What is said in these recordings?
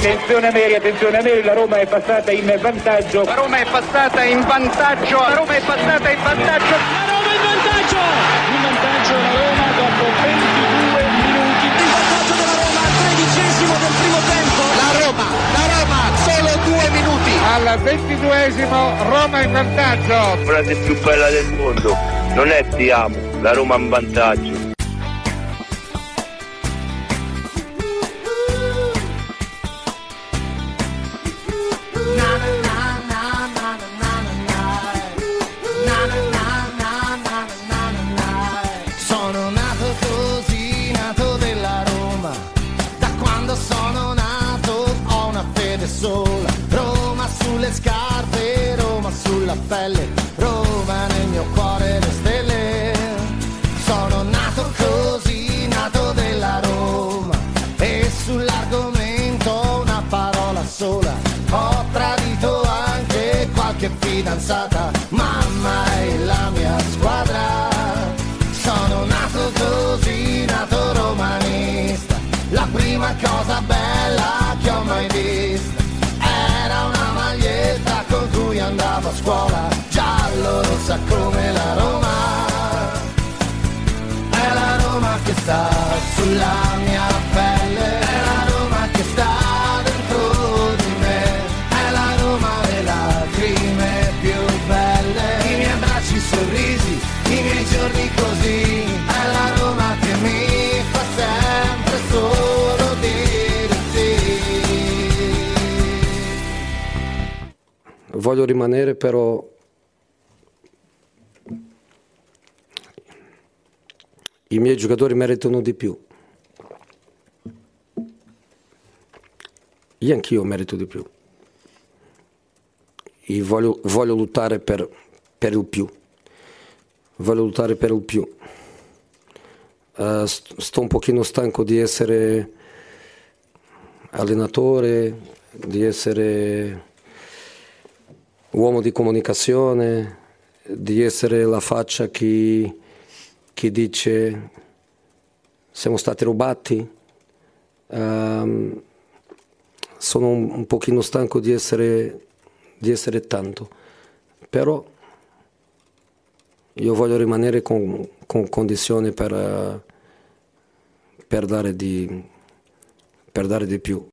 Attenzione Ameri, la Roma è passata in vantaggio. La Roma è passata in vantaggio. In vantaggio la Roma dopo 22 minuti. Il vantaggio della Roma al 13° del primo tempo. La Roma, solo 2 minuti. Al 22esimo Roma in vantaggio. La frase più bella del mondo non è ti amo, la Roma in vantaggio. Scarpe, Roma sulla pelle, Roma nel mio cuore le stelle. Sono nato così, nato della Roma, e sull'argomento una parola sola. Ho tradito anche qualche fidanzata, mamma è la mia squadra. Sono nato così, nato romanista, la prima cosa bella che ho mai visto era una maglietta con cui andavo a scuola, giallo-rossa come la Roma. È la Roma che sta sulla mia pelle, è la Roma che sta dentro di me, è la Roma delle lacrime più belle, i miei abbracci, i sorrisi, i miei giorni così, è la Roma che mi fa sempre solo dire sì. Voglio rimanere, però i miei giocatori meritano di più. Io anch'io merito di più. Io voglio lottare per il più. Voglio lottare per il più. Sto un pochino stanco di essere allenatore, di essere uomo di comunicazione, di essere la faccia che dice siamo stati rubati. Sono un pochino stanco di essere tanto, però io voglio rimanere con condizioni per dare di più.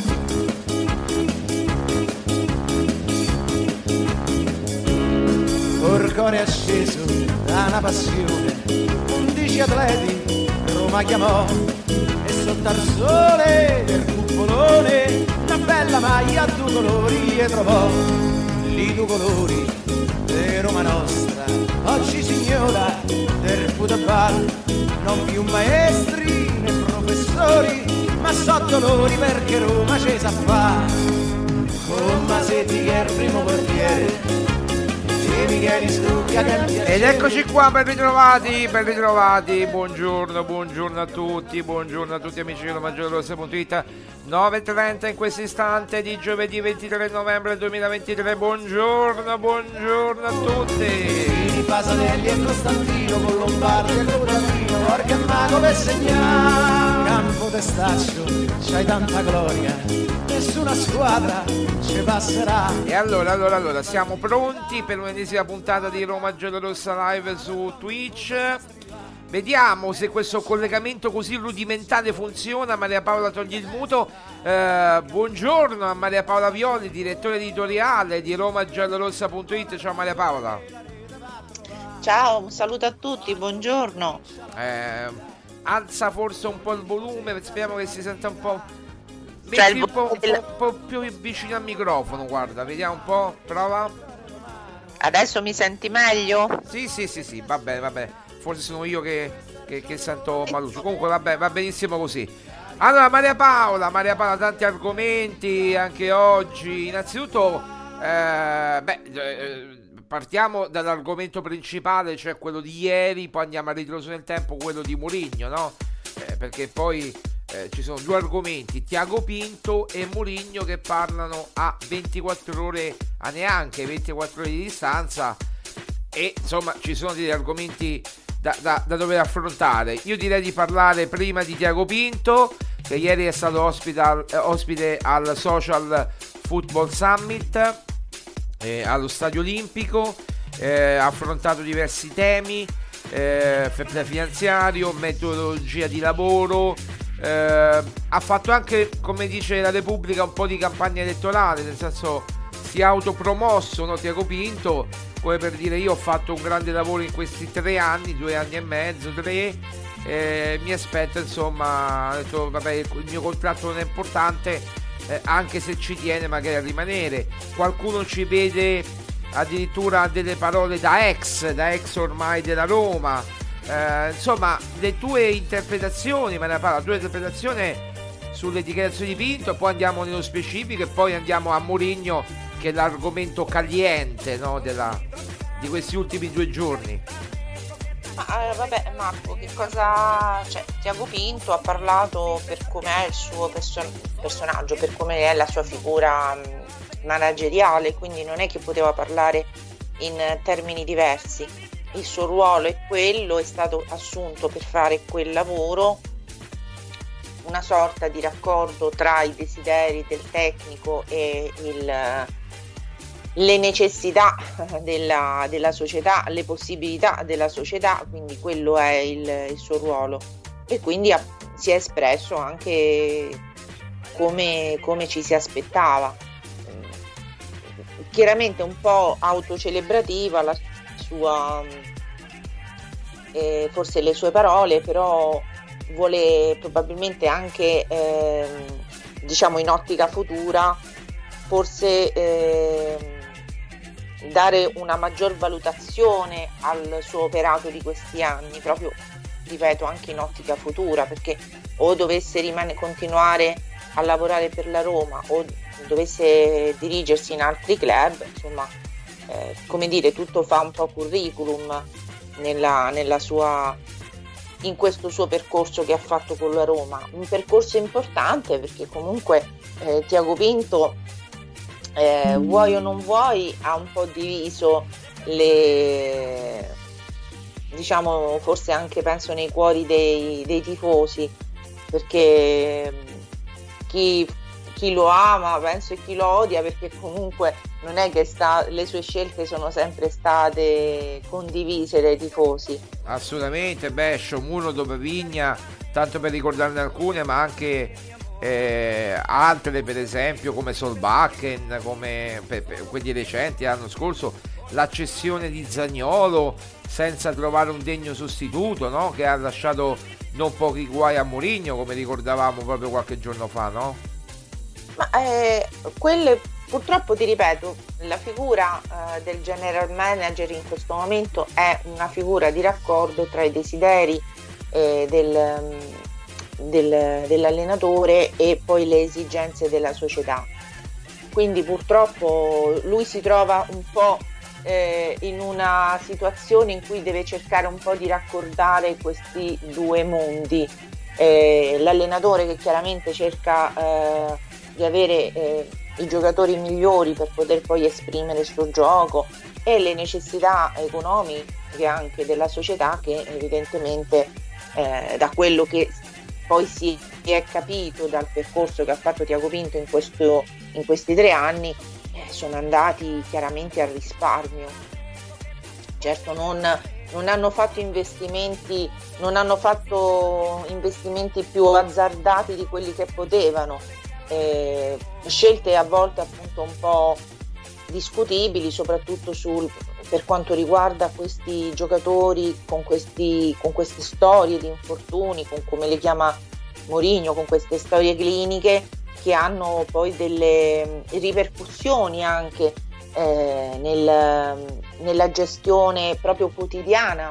Orcore acceso da una passione, 11 atleti Roma chiamò, e sotto al sole del cupolone una bella maglia a due colori e trovò. Lì due colori di Roma nostra, oggi signora del football, non più maestri né professori, ma so dolori perché Roma ci sa fa. Con Masetti che è il primo portiere, ed eccoci qua, ben ritrovati, buongiorno a tutti amici di RomaGiallorossa.it. 9:30 in questo istante di giovedì 23 novembre 2023, buongiorno a tutti. Pasanelli e Costantino con Lombardi e Codamino, Orca e Mago per segnare. Campo Testaccio, c'hai tanta gloria, nessuna squadra ci passerà. E allora siamo pronti per un'ennesima puntata di Roma Giallorossa Live su Twitch. Vediamo se questo collegamento così rudimentale funziona. Maria Paola toglie il muto. Buongiorno a Maria Paola Violi, direttore editoriale di RomaGiallorossa.it. Ciao Maria Paola. Ciao, un saluto a tutti, buongiorno. Alza forse un po' il volume, speriamo che si senta un po'. Cioè, Metti un po' più vicino al microfono, guarda, vediamo un po', prova. Adesso mi senti meglio? Sì, va bene. Forse sono io che sento maluccio. Comunque va benissimo così. Allora Maria Paola, tanti argomenti anche oggi. Innanzitutto partiamo dall'argomento principale, cioè quello di ieri, poi andiamo a ritroso nel tempo, quello di Mourinho, no? Perché poi ci sono due argomenti, Tiago Pinto e Mourinho, che parlano a 24 ore, a neanche 24 ore di distanza, e insomma ci sono degli argomenti da dover affrontare. Io direi di parlare prima di Tiago Pinto, che ieri è stato ospite al Social Football Summit allo Stadio Olimpico. Ha affrontato diversi temi, fair play finanziario, metodologia di lavoro, ha fatto anche, come dice la Repubblica, un po' di campagna elettorale, nel senso si è autopromosso, no, Tiago Pinto, come per dire: io ho fatto un grande lavoro in questi 3 anni, 2 anni e mezzo, 3, mi aspetto, insomma, ha detto, vabbè, il mio contratto non è importante, anche se ci tiene magari a rimanere. Qualcuno ci vede addirittura delle parole da ex ormai della Roma. Insomma, le tue interpretazioni, Maria Paola, la tua interpretazione sulle dichiarazioni di Pinto, poi andiamo nello specifico e poi andiamo a Mourinho, che è l'argomento caliente, no, di questi ultimi 2 giorni. Vabbè, Marco, che cosa, cioè, Tiago Pinto ha parlato per com'è il suo personaggio, per come è la sua figura manageriale, quindi non è che poteva parlare in termini diversi. Il suo ruolo è quello, è stato assunto per fare quel lavoro, una sorta di raccordo tra i desideri del tecnico e le necessità della società, le possibilità della società, quindi quello è il suo ruolo, e quindi si è espresso anche come ci si aspettava. Chiaramente un po' autocelebrativa la sua, forse le sue parole, però vuole probabilmente anche diciamo in ottica futura forse dare una maggior valutazione al suo operato di questi anni, proprio, ripeto, anche in ottica futura, perché o dovesse continuare a lavorare per la Roma o dovesse dirigersi in altri club, insomma, come dire, tutto fa un po' curriculum nella sua, in questo suo percorso che ha fatto con la Roma, un percorso importante, perché comunque Tiago Pinto, vuoi o non vuoi, ha un po' diviso diciamo, forse anche penso nei cuori dei tifosi, perché chi lo ama penso e chi lo odia, perché comunque non è che le sue scelte sono sempre state condivise dai tifosi. Assolutamente, Sciomuro, Dovevigna, tanto per ricordarne alcune, ma anche altre, per esempio come Solbakken, come per quelli recenti l'anno scorso, la cessione di Zaniolo senza trovare un degno sostituto, no? Che ha lasciato non pochi guai a Mourinho, come ricordavamo proprio qualche giorno fa, no? Ma quelle, purtroppo, ti ripeto, la figura del general manager in questo momento è una figura di raccordo tra i desideri dell'allenatore e poi le esigenze della società. Quindi purtroppo lui si trova un po' in una situazione in cui deve cercare un po' di raccordare questi 2 mondi. L'allenatore che chiaramente cerca di avere i giocatori migliori per poter poi esprimere il suo gioco, e le necessità economiche anche della società, che evidentemente da quello che poi si è capito dal percorso che ha fatto Tiago Pinto in questi 3 anni, sono andati chiaramente al risparmio. Certo, non hanno fatto investimenti più azzardati di quelli che potevano, scelte a volte appunto un po' discutibili, soprattutto per quanto riguarda questi giocatori con queste storie di infortuni, come le chiama Mourinho, con queste storie cliniche che hanno poi delle ripercussioni anche nella gestione proprio quotidiana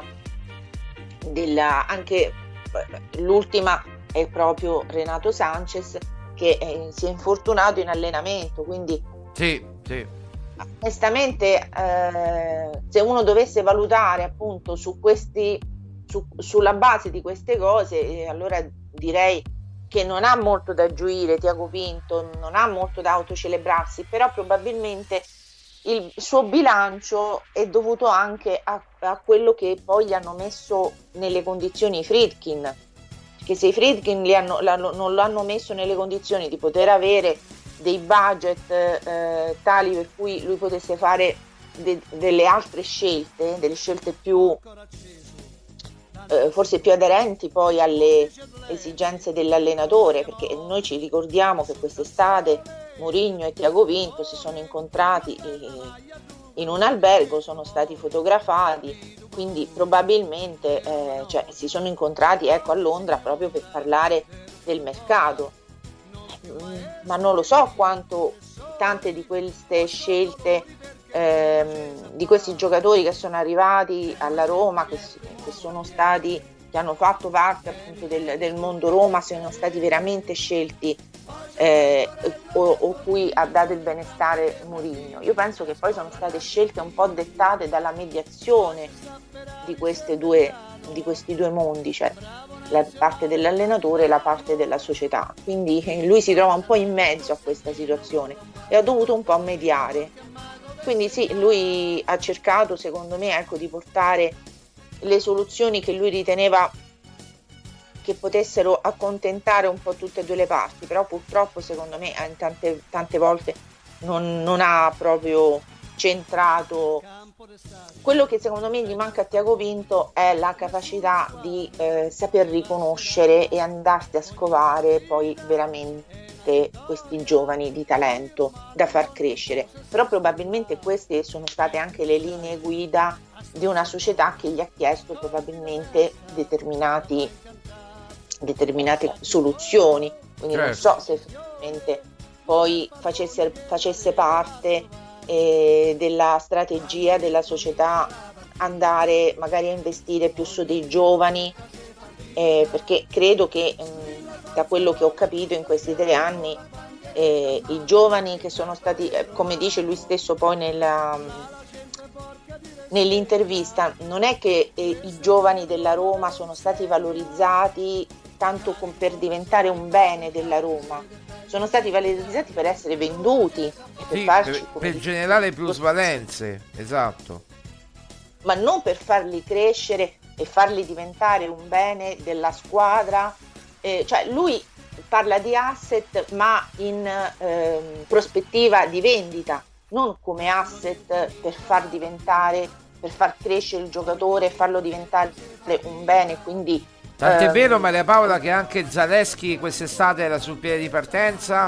anche l'ultima è proprio Renato Sanchez, che si è infortunato in allenamento, quindi sì. Onestamente, se uno dovesse valutare appunto sulla base di queste cose, allora direi che non ha molto da gioire Tiago Pinto, non ha molto da autocelebrarsi, però probabilmente il suo bilancio è dovuto anche a quello che poi gli hanno messo nelle condizioni i Friedkin, che se i Friedkin non l'hanno messo nelle condizioni di poter avere dei budget tali per cui lui potesse fare delle altre scelte, delle scelte più forse più aderenti poi alle esigenze dell'allenatore, perché noi ci ricordiamo che quest'estate Mourinho e Tiago Pinto si sono incontrati in un albergo, sono stati fotografati, quindi probabilmente si sono incontrati a Londra proprio per parlare del mercato, ma non lo so quanto tante di queste scelte di questi giocatori che sono arrivati alla Roma, che hanno fatto parte appunto del mondo Roma, siano stati veramente scelti o cui ha dato il benestare Mourinho. Io penso che poi sono state scelte un po' dettate dalla mediazione di questi due mondi, cioè la parte dell'allenatore e la parte della società, quindi lui si trova un po' in mezzo a questa situazione e ha dovuto un po' mediare. Quindi sì, lui ha cercato, secondo me, di portare le soluzioni che lui riteneva che potessero accontentare un po' tutte e due le parti, però purtroppo, secondo me, tante volte non ha proprio centrato. Quello che secondo me gli manca a Tiago Pinto è la capacità di saper riconoscere e andarsi a scovare poi veramente questi giovani di talento da far crescere, però probabilmente queste sono state anche le linee guida di una società che gli ha chiesto probabilmente determinate soluzioni, quindi non so se effettivamente poi facesse parte della strategia della società andare magari a investire più su dei giovani, perché credo che da quello che ho capito in questi 3 anni i giovani che sono stati, come dice lui stesso poi nell'intervista, non è che i giovani della Roma sono stati valorizzati tanto per diventare un bene della Roma, sono stati valorizzati per essere venduti e per generare plusvalenze, esatto, ma non per farli crescere e farli diventare un bene della squadra. Cioè lui parla di asset ma in prospettiva di vendita, non come asset per far crescere il giocatore e farlo diventare un bene, quindi tant'è vero, Maria Paola, che anche Zaleschi quest'estate era sul piede di partenza,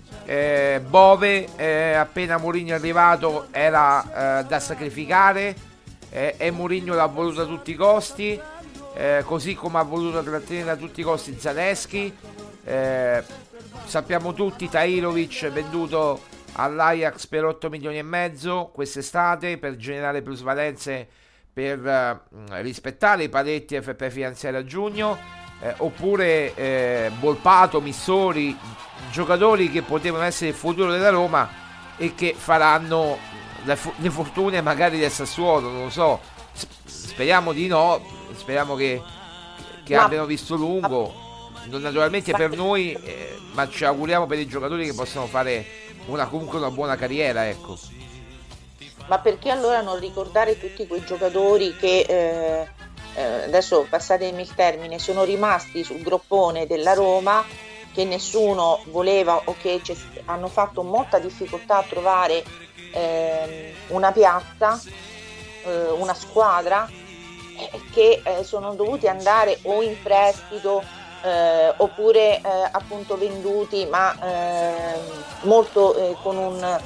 Bove appena Mourinho è arrivato era da sacrificare, e Mourinho l'ha voluto a tutti i costi, così come ha voluto trattenere a tutti i costi Zaleschi. Sappiamo tutti Tahirovic venduto all'Ajax per 8 milioni e mezzo quest'estate per generare plusvalenze, per rispettare i paletti FP finanziari a giugno, oppure Volpato, Missori, giocatori che potevano essere il futuro della Roma e che faranno le fortune magari del Sassuolo, non lo so, speriamo di no, speriamo che abbiano visto lungo, naturalmente per noi, ma ci auguriamo per i giocatori che possano fare comunque una buona carriera, ecco. Ma perché allora non ricordare tutti quei giocatori che adesso, passatemi il termine, sono rimasti sul groppone della Roma, che nessuno voleva o che hanno fatto molta difficoltà a trovare una piazza, una squadra, che sono dovuti andare o in prestito oppure appunto venduti, ma molto con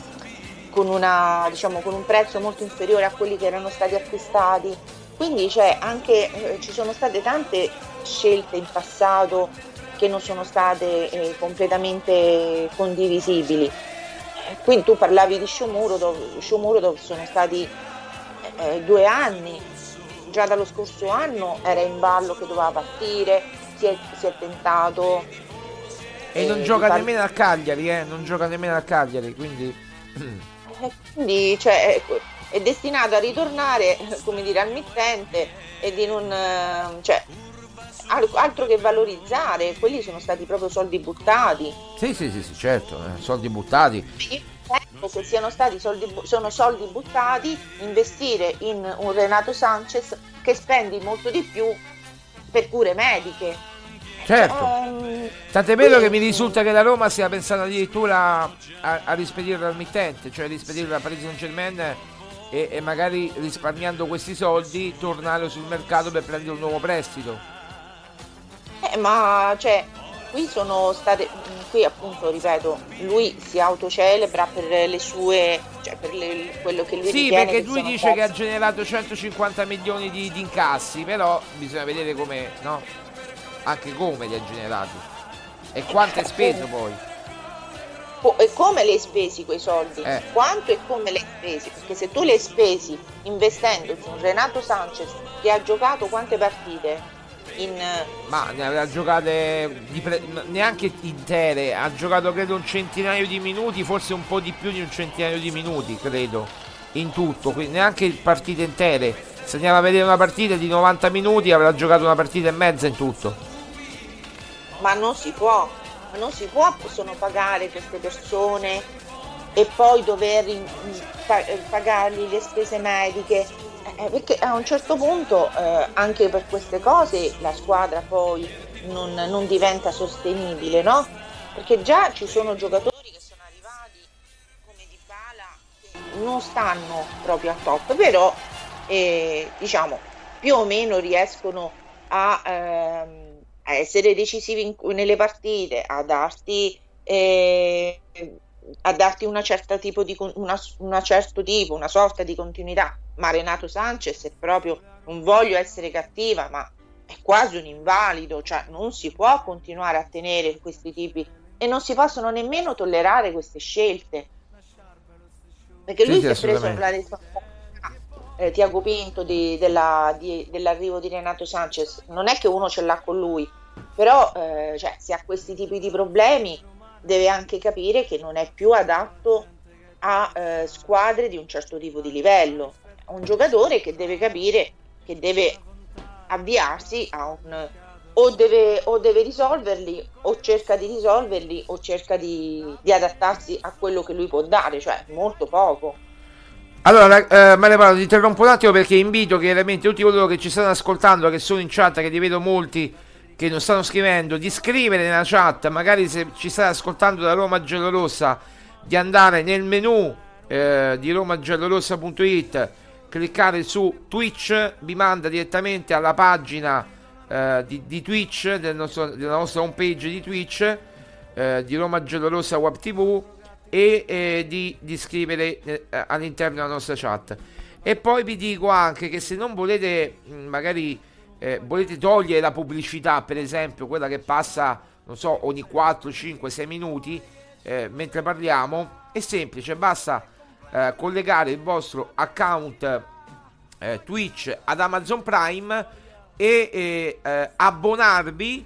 un prezzo molto inferiore a quelli che erano stati acquistati. Quindi ci sono state tante scelte in passato che non sono state completamente condivisibili. Quindi tu parlavi di Sciomuro dove sono stati 2 anni, già dallo scorso anno era in ballo che doveva partire, si è tentato. E non gioca nemmeno al Cagliari, non gioca nemmeno al Cagliari, quindi è destinato a ritornare, come dire, al mittente e di non altro che valorizzare. Quelli sono stati proprio soldi buttati. Sì, certo, soldi buttati. Io penso che sono soldi buttati. Investire in un Renato Sanchez che spendi molto di più per cure mediche, Certo. Tant'è vero che mi risulta che la Roma stia pensando addirittura a rispedirla al mittente, cioè rispedirla a Paris Saint-Germain e magari risparmiando questi soldi tornare sul mercato per prendere un nuovo prestito. Ma cioè, qui sono state, qui appunto ripeto, lui si autocelebra per le sue, cioè per quello che lui sì, ritiene perché che lui sono dice che ha generato 150 milioni di incassi, però bisogna vedere come, no? Anche come li ha generati e quanto è speso poi. E come le hai spesi quei soldi? Quanto e come le hai spesi? Perché se tu le hai spesi investendo su un Renato Sanchez che ha giocato quante partite? Ma ne aveva giocate neanche intere, ha giocato credo un centinaio di minuti, forse un po' di più di un centinaio di minuti, credo, in tutto, quindi neanche partite intere. Se andiamo a vedere una partita di 90 minuti avrà giocato una partita e mezza in tutto. Ma non si può, possono pagare queste persone e poi dover pagargli le spese mediche, perché a un certo punto anche per queste cose la squadra poi non diventa sostenibile, no? Perché già ci sono giocatori che sono arrivati come Dybala che non stanno proprio a top, però diciamo più o meno riescono a essere decisivi nelle partite, a darti una certa tipo di una sorta di continuità. Ma Renato Sanchez è proprio, non voglio essere cattiva, ma è quasi un invalido, cioè non si può continuare a tenere questi tipi e non si possono nemmeno tollerare queste scelte, perché lui si è preso la responsabilità, Tiago Pinto, dell'arrivo di Renato Sanchez. Non è che uno ce l'ha con lui, però cioè, se ha questi tipi di problemi deve anche capire che non è più adatto a squadre di un certo tipo di livello. È un giocatore che deve capire che deve avviarsi a o deve risolverli, o cerca di risolverli, o cerca di adattarsi a quello che lui può dare, cioè molto poco. Allora, Maria Paola, ti interrompo un attimo perché invito chiaramente tutti coloro che ci stanno ascoltando, che sono in chat, che li vedo molti che non stanno scrivendo, di scrivere nella chat, magari se ci state ascoltando da Roma Giallorossa, di andare nel menu di romagiallorossa.it, cliccare su Twitch, vi manda direttamente alla pagina di Twitch, della nostra homepage di Twitch, di Roma Giallorossa Web TV, e di scrivere all'interno della nostra chat. E poi vi dico anche che se non volete magari volete togliere la pubblicità, per esempio quella che passa, non so, ogni 4, 5, 6 minuti mentre parliamo, è semplice, basta collegare il vostro account Twitch ad Amazon Prime e abbonarvi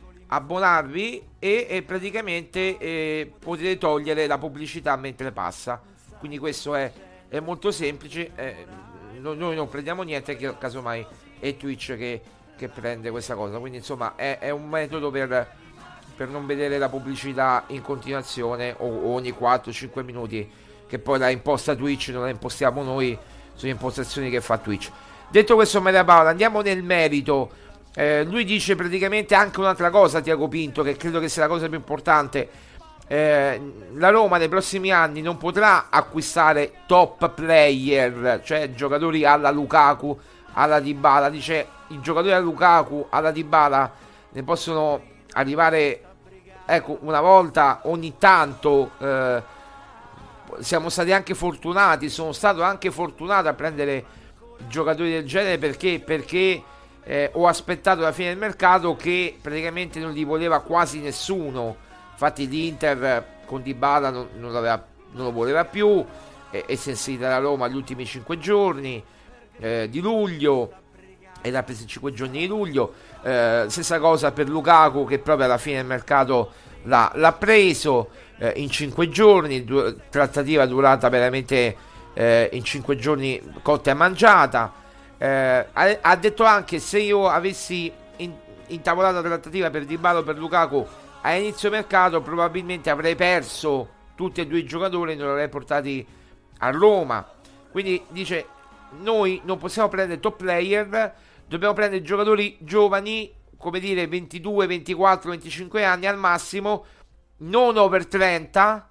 e praticamente potete togliere la pubblicità mentre passa. Quindi questo è molto semplice, noi non prendiamo niente, che casomai è Twitch che prende questa cosa. Quindi insomma è un metodo per non vedere la pubblicità in continuazione o ogni 4-5 minuti, che poi la imposta Twitch, non la impostiamo noi, sono impostazioni che fa Twitch. Detto questo, Maria Paola, andiamo nel merito. Lui dice praticamente anche un'altra cosa, Tiago Pinto, che credo che sia la cosa più importante. La Roma nei prossimi anni non potrà acquistare top player, cioè giocatori alla Lukaku, alla Dybala. Dice i giocatori alla Lukaku, alla Dybala ne possono arrivare, ecco, una volta ogni tanto. Siamo stati anche fortunati, sono stato anche fortunato a prendere giocatori del genere perché ho aspettato la fine del mercato, che praticamente non li voleva quasi nessuno. Infatti l'Inter con Dybala non lo voleva più, e si è inserita la Roma gli ultimi 5 giorni di luglio, e l'ha preso in 5 giorni di luglio. Stessa cosa per Lukaku, che proprio alla fine del mercato l'ha preso in 5 giorni, trattativa durata veramente in 5 giorni cotta e mangiata. Ha detto anche: se io avessi intavolato la trattativa per Dybala o per Lukaku a inizio mercato, probabilmente avrei perso tutti e due i giocatori e non li avrei portati a Roma. Quindi dice: noi non possiamo prendere top player, dobbiamo prendere giocatori giovani come dire 22, 24, 25 anni al massimo, non over 30,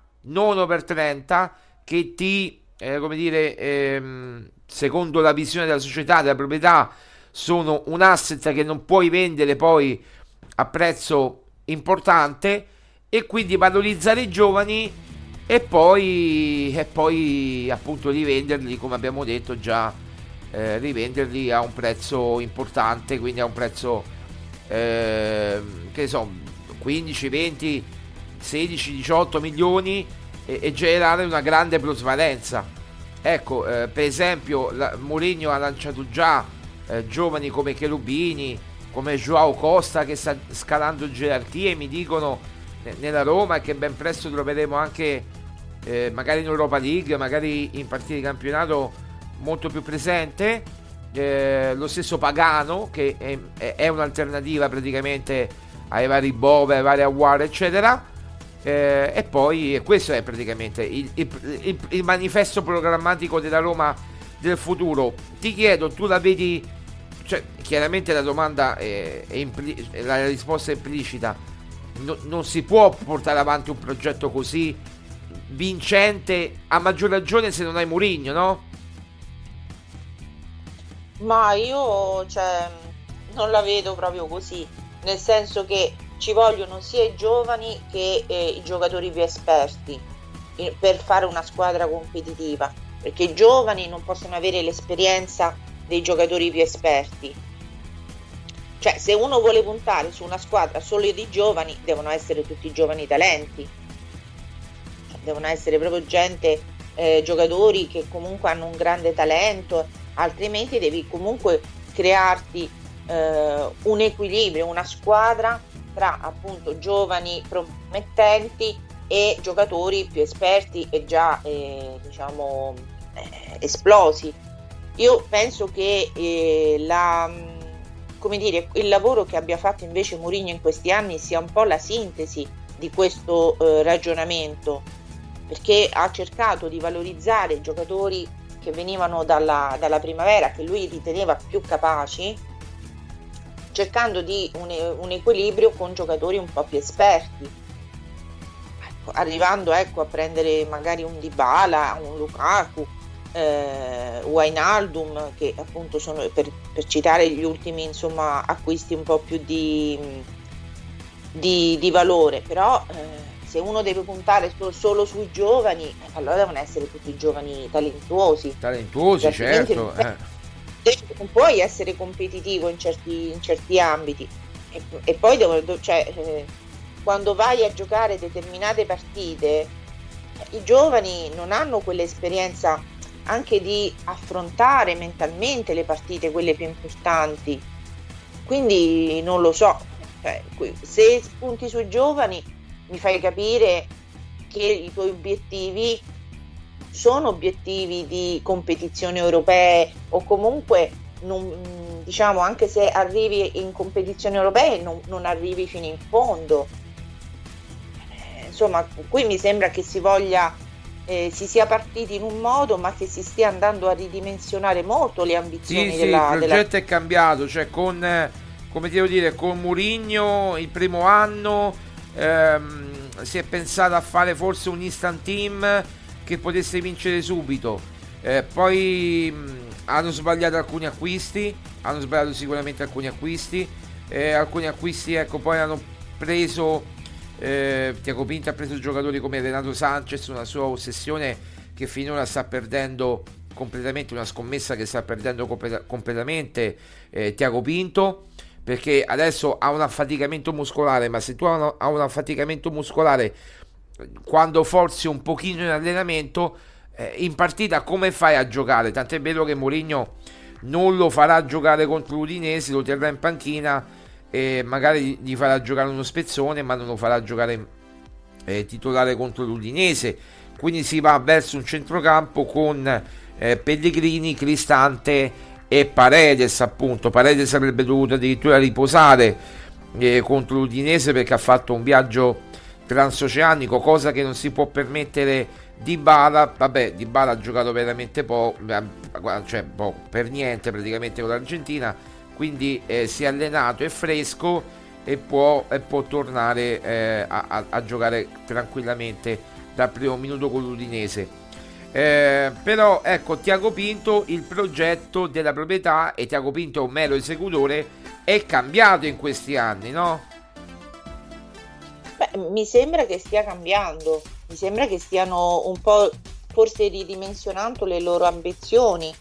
che ti come dire secondo la visione della società, della proprietà, sono un asset che non puoi vendere poi a prezzo importante, e quindi valorizzare i giovani e poi appunto rivenderli, come abbiamo detto già, rivenderli a un prezzo importante, quindi a un prezzo che so, 15, 20, 16, 18 milioni, e generare una grande plusvalenza. Ecco, per esempio Mourinho ha lanciato già giovani come Cherubini, come Joao Costa, che sta scalando gerarchie, mi dicono, nella Roma, e che ben presto troveremo anche magari in Europa League, magari in partite di campionato molto più presente. Lo stesso Pagano, che è un'alternativa praticamente ai vari Bove, ai vari Aouar, eccetera. E poi questo è praticamente il manifesto programmatico della Roma del futuro. Ti chiedo, tu la vedi, cioè chiaramente la domanda la risposta è implicita, non si può portare avanti un progetto così vincente, a maggior ragione se non hai Mourinho, no? Ma io non la vedo proprio così, nel senso che ci vogliono sia i giovani che i giocatori più esperti per fare una squadra competitiva, perché i giovani non possono avere l'esperienza dei giocatori più esperti. Cioè, se uno vuole puntare su una squadra solo di giovani, devono essere tutti giovani talenti, cioè, devono essere proprio gente, giocatori che comunque hanno un grande talento, altrimenti devi comunque crearti un equilibrio, una squadra tra appunto giovani promettenti e giocatori più esperti e già esplosi. Io penso che il lavoro che abbia fatto invece Mourinho in questi anni sia un po' la sintesi di questo ragionamento, perché ha cercato di valorizzare i giocatori che venivano dalla primavera, che lui riteneva più capaci, cercando di un equilibrio con giocatori un po' più esperti, arrivando a prendere magari un Dybala, un Lukaku, Wijnaldum, che appunto sono, per citare gli ultimi acquisti un po' più di valore. Però se uno deve puntare solo sui giovani, allora devono essere tutti giovani talentuosi, certo. Non puoi essere competitivo in certi ambiti, e poi quando vai a giocare determinate partite, i giovani non hanno quell'esperienza anche di affrontare mentalmente le partite, quelle più importanti. Quindi non lo so, se punti sui giovani mi fai capire che i tuoi obiettivi sono obiettivi di competizioni europee, o comunque anche se arrivi in competizioni europee non arrivi fino in fondo. Qui mi sembra che si sia partiti in un modo, ma che si stia andando a ridimensionare molto le ambizioni il progetto è cambiato, cioè con Mourinho il primo anno si è pensato a fare forse un instant team che potesse vincere subito, poi hanno sbagliato alcuni acquisti, alcuni acquisti, poi hanno preso Tiago Pinto, ha preso giocatori come Renato Sanchez, una sua ossessione che finora sta perdendo completamente, una scommessa che sta perdendo completamente Tiago Pinto, perché adesso ha un affaticamento muscolare, ma se tu hai un affaticamento muscolare, quando forzi un pochino in allenamento, in partita come fai a giocare? Tant'è vero che Mourinho non lo farà giocare contro l'Udinese, lo terrà in panchina e magari gli farà giocare uno spezzone, ma non lo farà giocare titolare contro l'Udinese. Quindi si va verso un centrocampo con Pellegrini, Cristante e Paredes. Appunto, Paredes avrebbe dovuto addirittura riposare contro l'Udinese, perché ha fatto un viaggio transoceanico, cosa che non si può permettere Dybala. Dybala ha giocato veramente poco, per niente praticamente con l'Argentina, quindi si è allenato, è fresco e può tornare a giocare tranquillamente dal primo minuto con l'Udinese. Però ecco, Tiago Pinto, il progetto della proprietà, e Tiago Pinto è un mero esecutore, è cambiato in questi anni, no? Beh, mi sembra che stia cambiando, mi sembra che stiano un po' forse ridimensionando le loro ambizioni.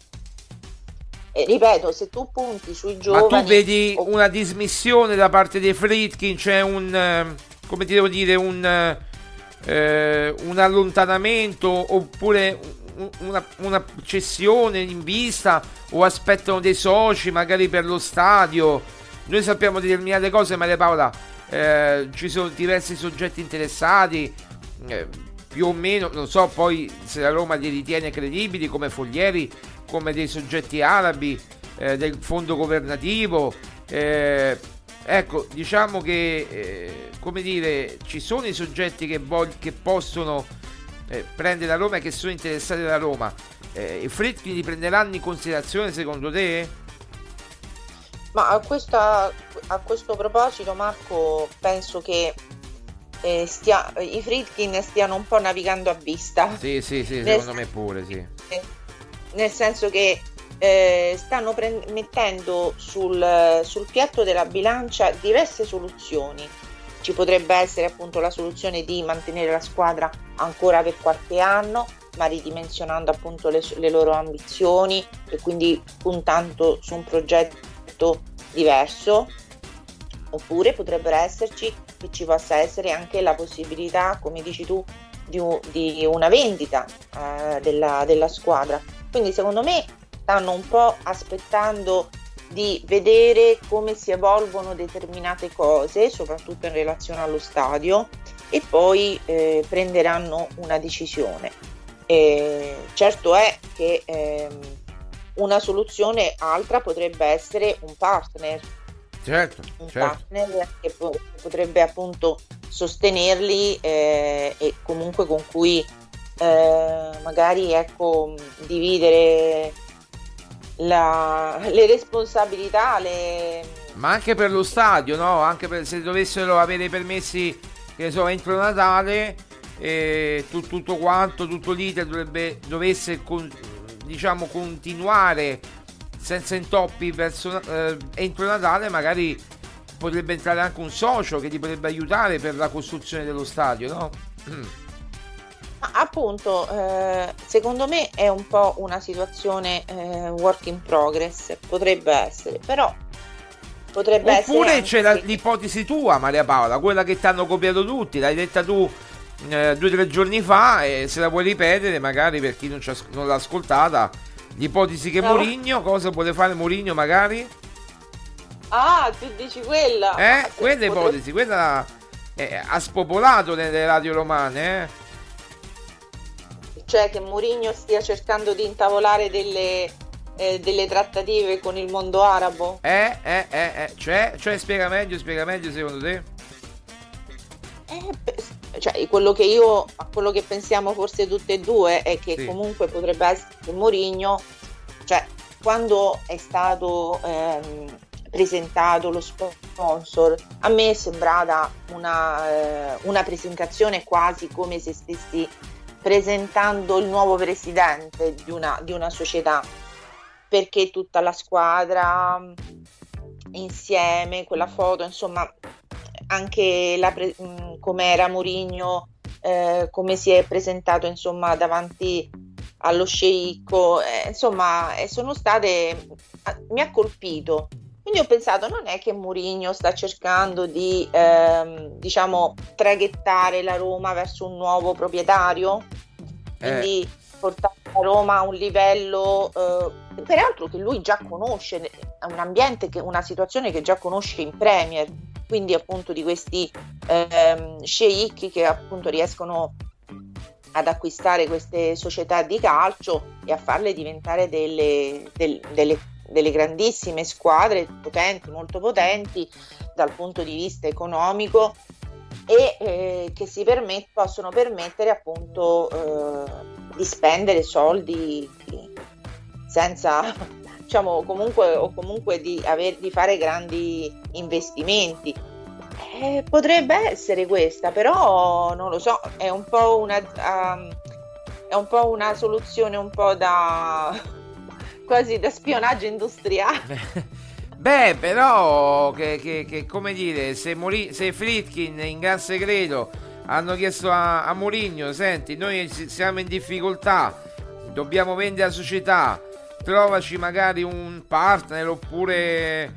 E ripeto, se tu punti sui giovani... Ma tu vedi una dismissione da parte dei Friedkin, c'è come ti devo dire, un allontanamento, oppure una cessione in vista, o aspettano dei soci magari per lo stadio? Noi sappiamo determinate cose, Maria Paola, ci sono diversi soggetti interessati, più o meno, non so poi se la Roma li ritiene credibili, come Foglieri, come dei soggetti arabi, del fondo governativo, ecco, diciamo che come dire, ci sono i soggetti che possono prendere la Roma e che sono interessati alla Roma. I Friedkin li prenderanno in considerazione secondo te? Ma a questo proposito, Marco, penso che i Friedkin stiano un po' navigando a vista. Sì, secondo me pure, sì. Nel senso che stanno mettendo sul piatto della bilancia diverse soluzioni. Ci potrebbe essere appunto la soluzione di mantenere la squadra ancora per qualche anno, ma ridimensionando appunto le loro ambizioni e quindi puntando su un progetto diverso. Oppure potrebbero esserci, che ci possa essere anche la possibilità, come dici tu, di una vendita della squadra. Quindi secondo me stanno un po' aspettando di vedere come si evolvono determinate cose, soprattutto in relazione allo stadio, e poi prenderanno una decisione. Certo è che una soluzione altra potrebbe essere un partner. Certo. Partner che potrebbe appunto sostenerli e comunque con cui magari dividere le responsabilità, ma anche per lo stadio, no? Anche se dovessero avere i permessi, che ne so, entro Natale, tutto quanto, tutto l'iter dovesse diciamo continuare senza intoppi entro Natale, magari potrebbe entrare anche un socio che ti potrebbe aiutare per la costruzione dello stadio, no? Appunto, secondo me è un po' una situazione work in progress, potrebbe essere, però potrebbe oppure essere c'è l'ipotesi tua, Maria Paola, quella che ti hanno copiato tutti, l'hai detta tu 2 o 3 giorni fa, e se la vuoi ripetere magari per chi non l'ha ascoltata, l'ipotesi che Mourinho, cosa vuole fare Mourinho magari? Ah, tu dici quella? Quella ipotesi, quella ha spopolato nelle radio romane, Cioè che Mourinho stia cercando di intavolare delle trattative con il mondo arabo? Cioè spiega meglio secondo te? Cioè quello che pensiamo forse tutte e due è che comunque potrebbe essere che Mourinho, cioè quando è stato presentato lo sponsor, a me è sembrata una presentazione quasi come se stessi presentando il nuovo presidente di una società, perché tutta la squadra insieme, quella foto, insomma, anche come era Mourinho, come si è presentato insomma davanti allo sceicco, insomma mi ha colpito. Quindi ho pensato, non è che Mourinho sta cercando di diciamo traghettare la Roma verso un nuovo proprietario, quindi portare la Roma a un livello peraltro che lui già conosce, è un ambiente, una situazione che già conosce in Premier, quindi appunto di questi sceicchi che appunto riescono ad acquistare queste società di calcio e a farle diventare delle grandissime squadre potenti, molto potenti dal punto di vista economico, e che possono permettere appunto di spendere soldi senza diciamo comunque di fare grandi investimenti. Potrebbe essere questa, però non lo so, è un po' una soluzione un po' quasi da spionaggio industriale. Beh, però che come dire, se Friedkin in gran segreto hanno chiesto a Mourinho: senti, noi siamo in difficoltà, dobbiamo vendere la società, trovaci magari un partner oppure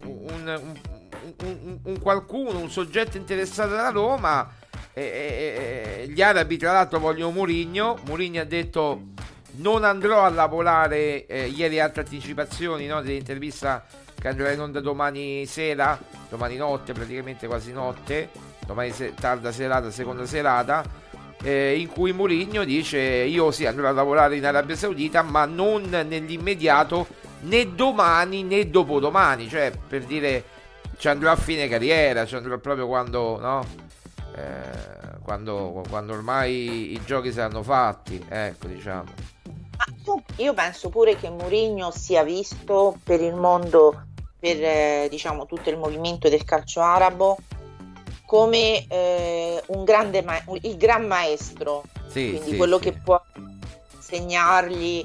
un qualcuno, un soggetto interessato dalla Roma, gli arabi tra l'altro vogliono Mourinho ha detto: non andrò a lavorare, ieri altre anticipazioni, no, dell'intervista che andrà in onda domani notte, praticamente quasi notte, domani tarda serata, seconda serata, in cui Mourinho dice: io sì, andrò a lavorare in Arabia Saudita, ma non nell'immediato, né domani né dopodomani, cioè per dire ci andrò a fine carriera, ci andrò proprio quando, no? Quando ormai i giochi saranno fatti, ecco, diciamo. Io penso pure che Mourinho sia visto per il mondo, per diciamo tutto il movimento del calcio arabo, come il gran maestro, quindi quello che può insegnargli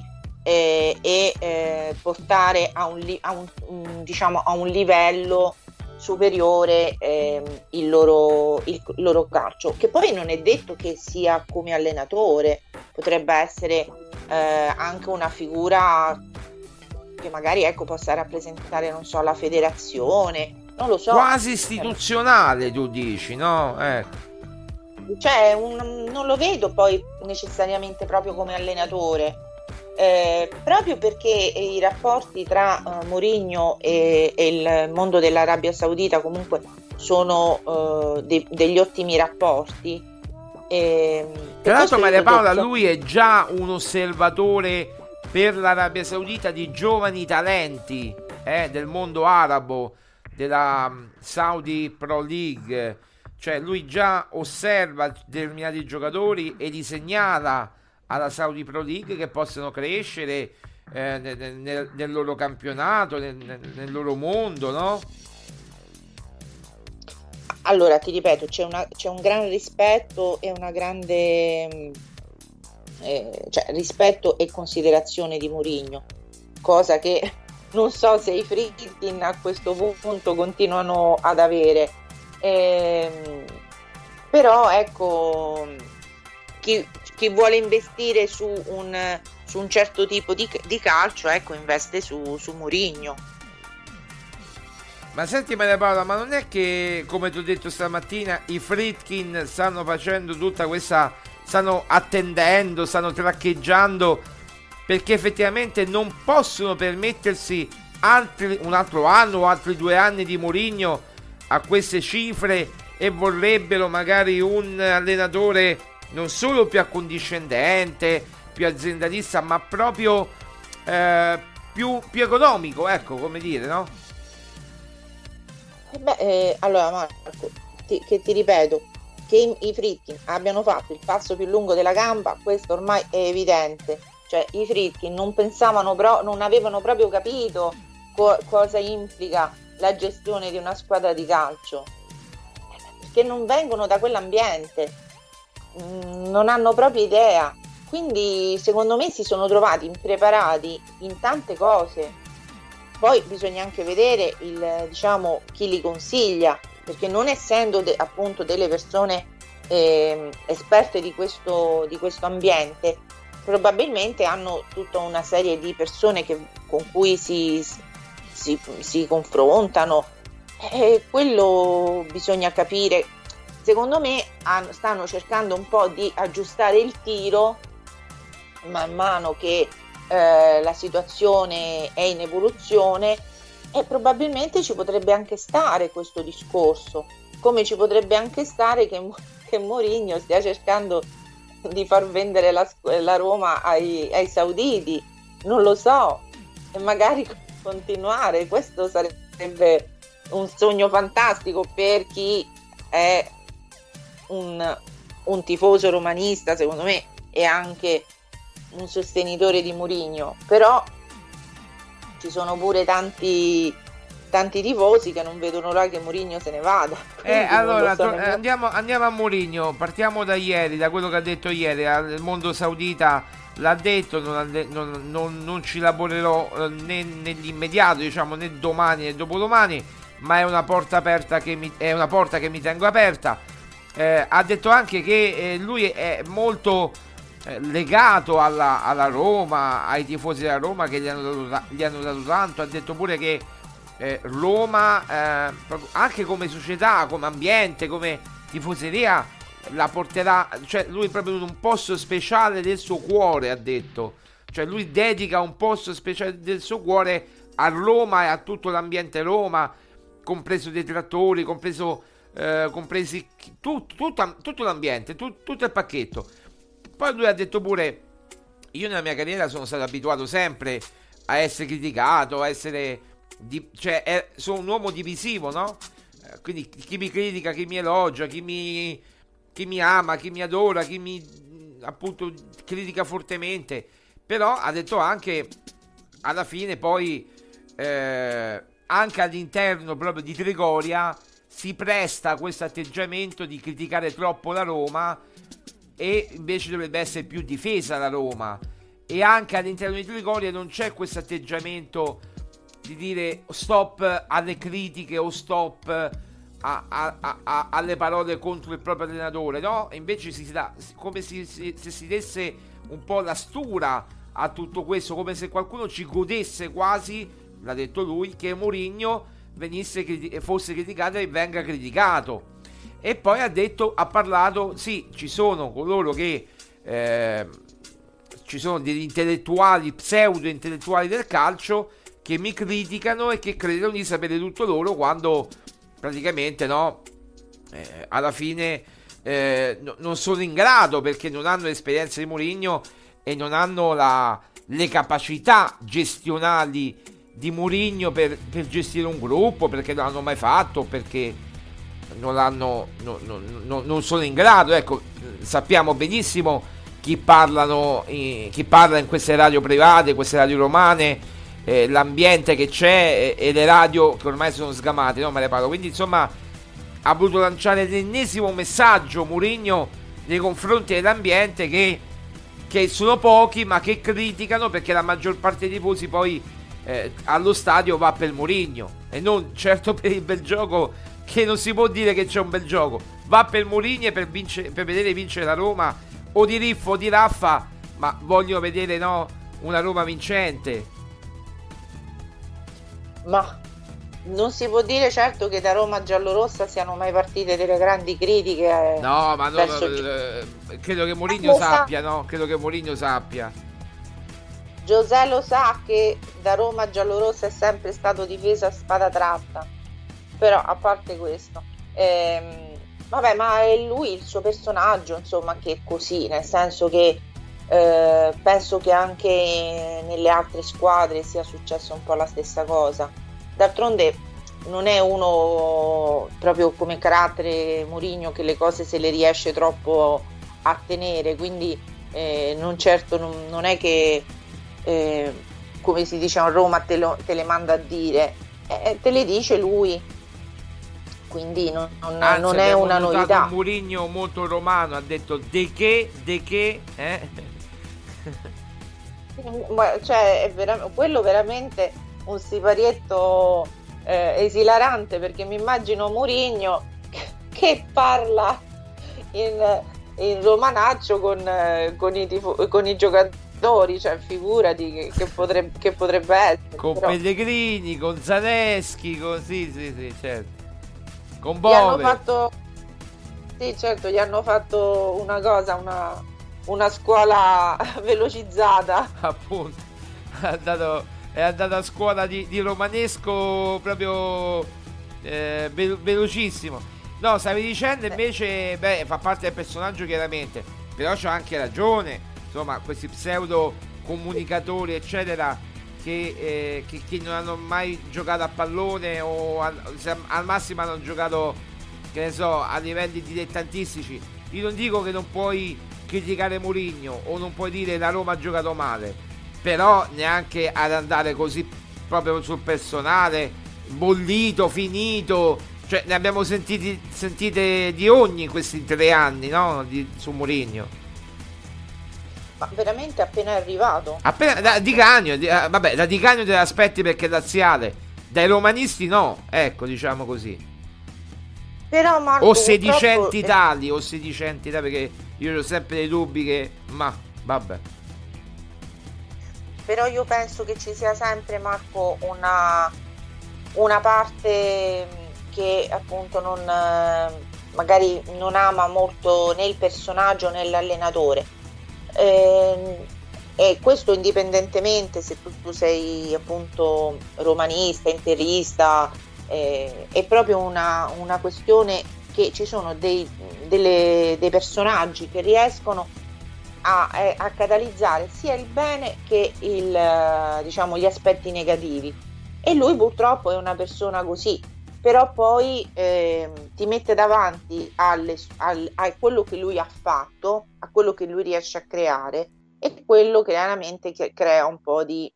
e portare a un livello superiore il loro calcio, che poi non è detto che sia come allenatore, potrebbe essere anche una figura che magari possa rappresentare, non so, la federazione, non lo so, quasi istituzionale, tu dici, no? Cioè non lo vedo poi necessariamente proprio come allenatore, proprio perché i rapporti tra Mourinho e il mondo dell'Arabia Saudita comunque sono degli ottimi rapporti. Tra l'altro, Maria Paola, lui è già un osservatore per l'Arabia Saudita di giovani talenti del mondo arabo, della Saudi Pro League, cioè lui già osserva determinati giocatori e li segnala alla Saudi Pro League che possono crescere nel loro campionato, nel loro mondo, no? Allora, ti ripeto, c'è un gran rispetto e una grande rispetto e considerazione di Mourinho, cosa che non so se i Friedkin a questo punto continuano ad avere, però ecco, chi vuole investire su un certo tipo di calcio, investe su Mourinho. Ma senti Maria Paola, ma non è che, come ti ho detto stamattina, i Friedkin stanno facendo tutta questa, stanno attendendo, stanno traccheggiando, perché effettivamente non possono permettersi un altro anno o altri 2 anni di Mourinho a queste cifre, e vorrebbero magari un allenatore non solo più accondiscendente, più aziendalista, ma proprio più economico, ecco, come dire, no? Allora Marco, ti ripeto, che i Friedkin abbiano fatto il passo più lungo della gamba, questo ormai è evidente. Cioè i Friedkin non avevano proprio capito cosa implica la gestione di una squadra di calcio, perché non vengono da quell'ambiente, non hanno proprio idea, quindi secondo me si sono trovati impreparati in tante cose. Poi bisogna anche vedere chi li consiglia, perché non essendo appunto delle persone esperte di questo ambiente, probabilmente hanno tutta una serie di persone con cui si confrontano, e quello bisogna capire. Secondo me stanno cercando un po' di aggiustare il tiro man mano che la situazione è in evoluzione, e probabilmente ci potrebbe anche stare questo discorso, come ci potrebbe anche stare che Mourinho stia cercando di far vendere la Roma ai sauditi, non lo so, e magari continuare. Questo sarebbe un sogno fantastico per chi è un tifoso romanista, secondo me, e anche un sostenitore di Mourinho, però ci sono pure tanti tifosi che non vedono l'ora che Mourinho se ne vada. Allora andiamo a Mourinho, partiamo da ieri, da quello che ha detto ieri al Mondo Saudita. L'ha detto, non ci lavorerò né nell'immediato, diciamo, né domani né dopodomani, ma è una porta aperta che mi tengo aperta. Ha detto anche che lui è molto legato alla Roma, ai tifosi della Roma che gli hanno dato tanto. Ha detto pure che Roma, anche come società, come ambiente, come tifoseria, la porterà, cioè lui proprio in un posto speciale del suo cuore, ha detto. Cioè lui dedica un posto speciale del suo cuore a Roma e a tutto l'ambiente Roma, compreso i detrattori, compresi tutto l'ambiente, tutto il pacchetto. Poi lui ha detto pure: io nella mia carriera sono stato abituato sempre a essere criticato, a essere sono un uomo divisivo, no? Quindi chi mi critica, chi mi elogia, chi mi ama, chi mi adora, chi mi appunto critica fortemente. Però ha detto anche, alla fine poi anche all'interno proprio di Trigoria si presta a questo atteggiamento di criticare troppo la Roma, e invece dovrebbe essere più difesa la Roma. E anche all'interno di Trigoria non c'è questo atteggiamento di dire stop alle critiche o stop alle parole contro il proprio allenatore, no? E invece si dà come se si desse un po' la stura a tutto questo, come se qualcuno ci godesse quasi, l'ha detto lui, che Mourinho fosse criticato e venga criticato. E poi ha parlato, sì, ci sono coloro che ci sono degli intellettuali, pseudo intellettuali del calcio, che mi criticano e che credono di sapere tutto loro, quando praticamente no, alla fine non sono in grado, perché non hanno l'esperienza di Mourinho e non hanno le capacità gestionali di Mourinho per gestire un gruppo, perché non l'hanno mai fatto, perché non sono in grado. Ecco, sappiamo benissimo chi parla in queste radio private, queste radio romane, l'ambiente che c'è e le radio che ormai sono sgamate, no, Maria Paola? Quindi insomma ha voluto lanciare l'ennesimo messaggio Mourinho nei confronti dell'ambiente, che sono pochi ma che criticano, perché la maggior parte dei tifosi poi allo stadio va per Mourinho e non certo per il bel gioco, che non si può dire che c'è un bel gioco. Va per Mourinho e per vedere vincere la Roma, o di Riffo o di Raffa, ma voglio vedere, no, una Roma vincente. Ma non si può dire certo che da Roma giallorossa siano mai partite delle grandi critiche. No, ma credo che Mourinho sappia, no? Credo che Mourinho sappia. José lo sa che da Roma giallorossa è sempre stato difeso a spada tratta. Però a parte questo, vabbè, ma è lui il suo personaggio, insomma, che è così, nel senso che penso che anche nelle altre squadre sia successo un po' la stessa cosa. D'altronde non è uno proprio come carattere Mourinho che le cose se le riesce troppo a tenere, quindi non è che come si dice a Roma te le manda a dire, te le dice lui, quindi non è una novità. Un Mourinho molto romano, ha detto de che cioè quello veramente un siparietto esilarante, perché mi immagino Mourinho che parla in romanaccio con i giocatori, cioè figurati che potrebbe essere. Con però Pellegrini, con Zaleschi, sì, certo. Con Bove. Gli hanno fatto una cosa, una scuola velocizzata. Appunto, è andato a scuola di romanesco proprio velocissimo. No, stavi dicendo invece, fa parte del personaggio chiaramente, però c'ha anche ragione, insomma, questi pseudo comunicatori eccetera che non hanno mai giocato a pallone o al massimo hanno giocato, che ne so, a livelli dilettantistici. Io non dico che non puoi criticare Mourinho o non puoi dire la Roma ha giocato male, però neanche ad andare così proprio sul personale, bollito, finito, cioè ne abbiamo sentite di ogni in questi 3 anni, no? Su Mourinho. Ma veramente appena è arrivato. Appena da Di Canio, vabbè, da Di Canio te l'aspetti perché è laziale, dai romanisti no, ecco, diciamo così. Però Marco, O sedicenti tali, perché io ho sempre dei dubbi che, ma vabbè. Però io penso che ci sia sempre, Marco, una parte che appunto magari non ama molto né il personaggio né l'allenatore, e questo indipendentemente se tu sei appunto romanista, interista, è proprio una questione che ci sono dei personaggi che riescono a catalizzare sia il bene che diciamo, gli aspetti negativi, e lui purtroppo è una persona così. Però poi ti mette davanti a quello che lui ha fatto, a quello che lui riesce a creare, e quello chiaramente che crea un po' di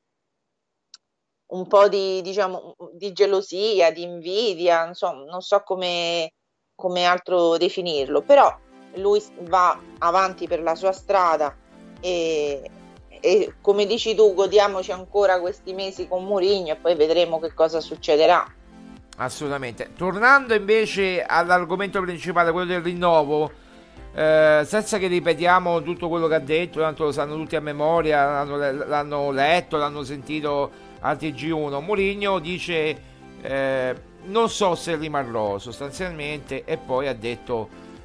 diciamo di gelosia, di invidia, insomma, non so come altro definirlo, però lui va avanti per la sua strada e come dici tu, godiamoci ancora questi mesi con Mourinho e poi vedremo che cosa succederà. Assolutamente. Tornando invece all'argomento principale, quello del rinnovo, senza che ripetiamo tutto quello che ha detto, tanto lo sanno tutti a memoria, l'hanno letto, l'hanno sentito al TG1, Mourinho dice non so se rimarrò sostanzialmente, e poi ha detto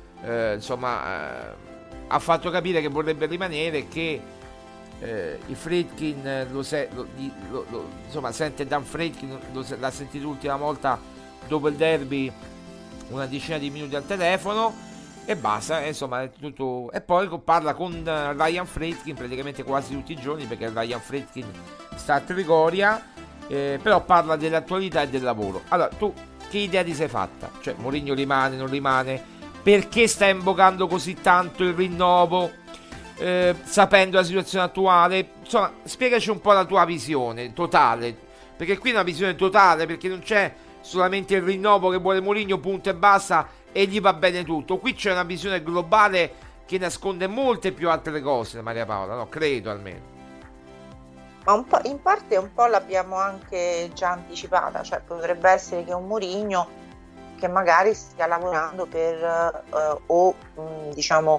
ha fatto capire che vorrebbe rimanere, che i Friedkin insomma sente Dan Friedkin, l'ha sentito l'ultima volta dopo il derby una decina di minuti al telefono e basta, insomma è tutto. E poi parla con Ryan Friedkin praticamente quasi tutti i giorni, perché Ryan Friedkin sta a Trigoria, però parla dell'attualità e del lavoro. Allora, tu che idea ti sei fatta? Cioè, Mourinho rimane, non rimane? Perché sta invocando così tanto il rinnovo, sapendo la situazione attuale? Insomma, spiegaci un po' la tua visione totale, perché qui è una visione totale, perché non c'è solamente il rinnovo che vuole Mourinho, punto e basta, e gli va bene tutto. Qui c'è una visione globale che nasconde molte più altre cose, Maria Paola, no? Credo almeno. Ma un po', in parte un po' l'abbiamo anche già anticipata, cioè potrebbe essere che un Mourinho che magari stia lavorando per diciamo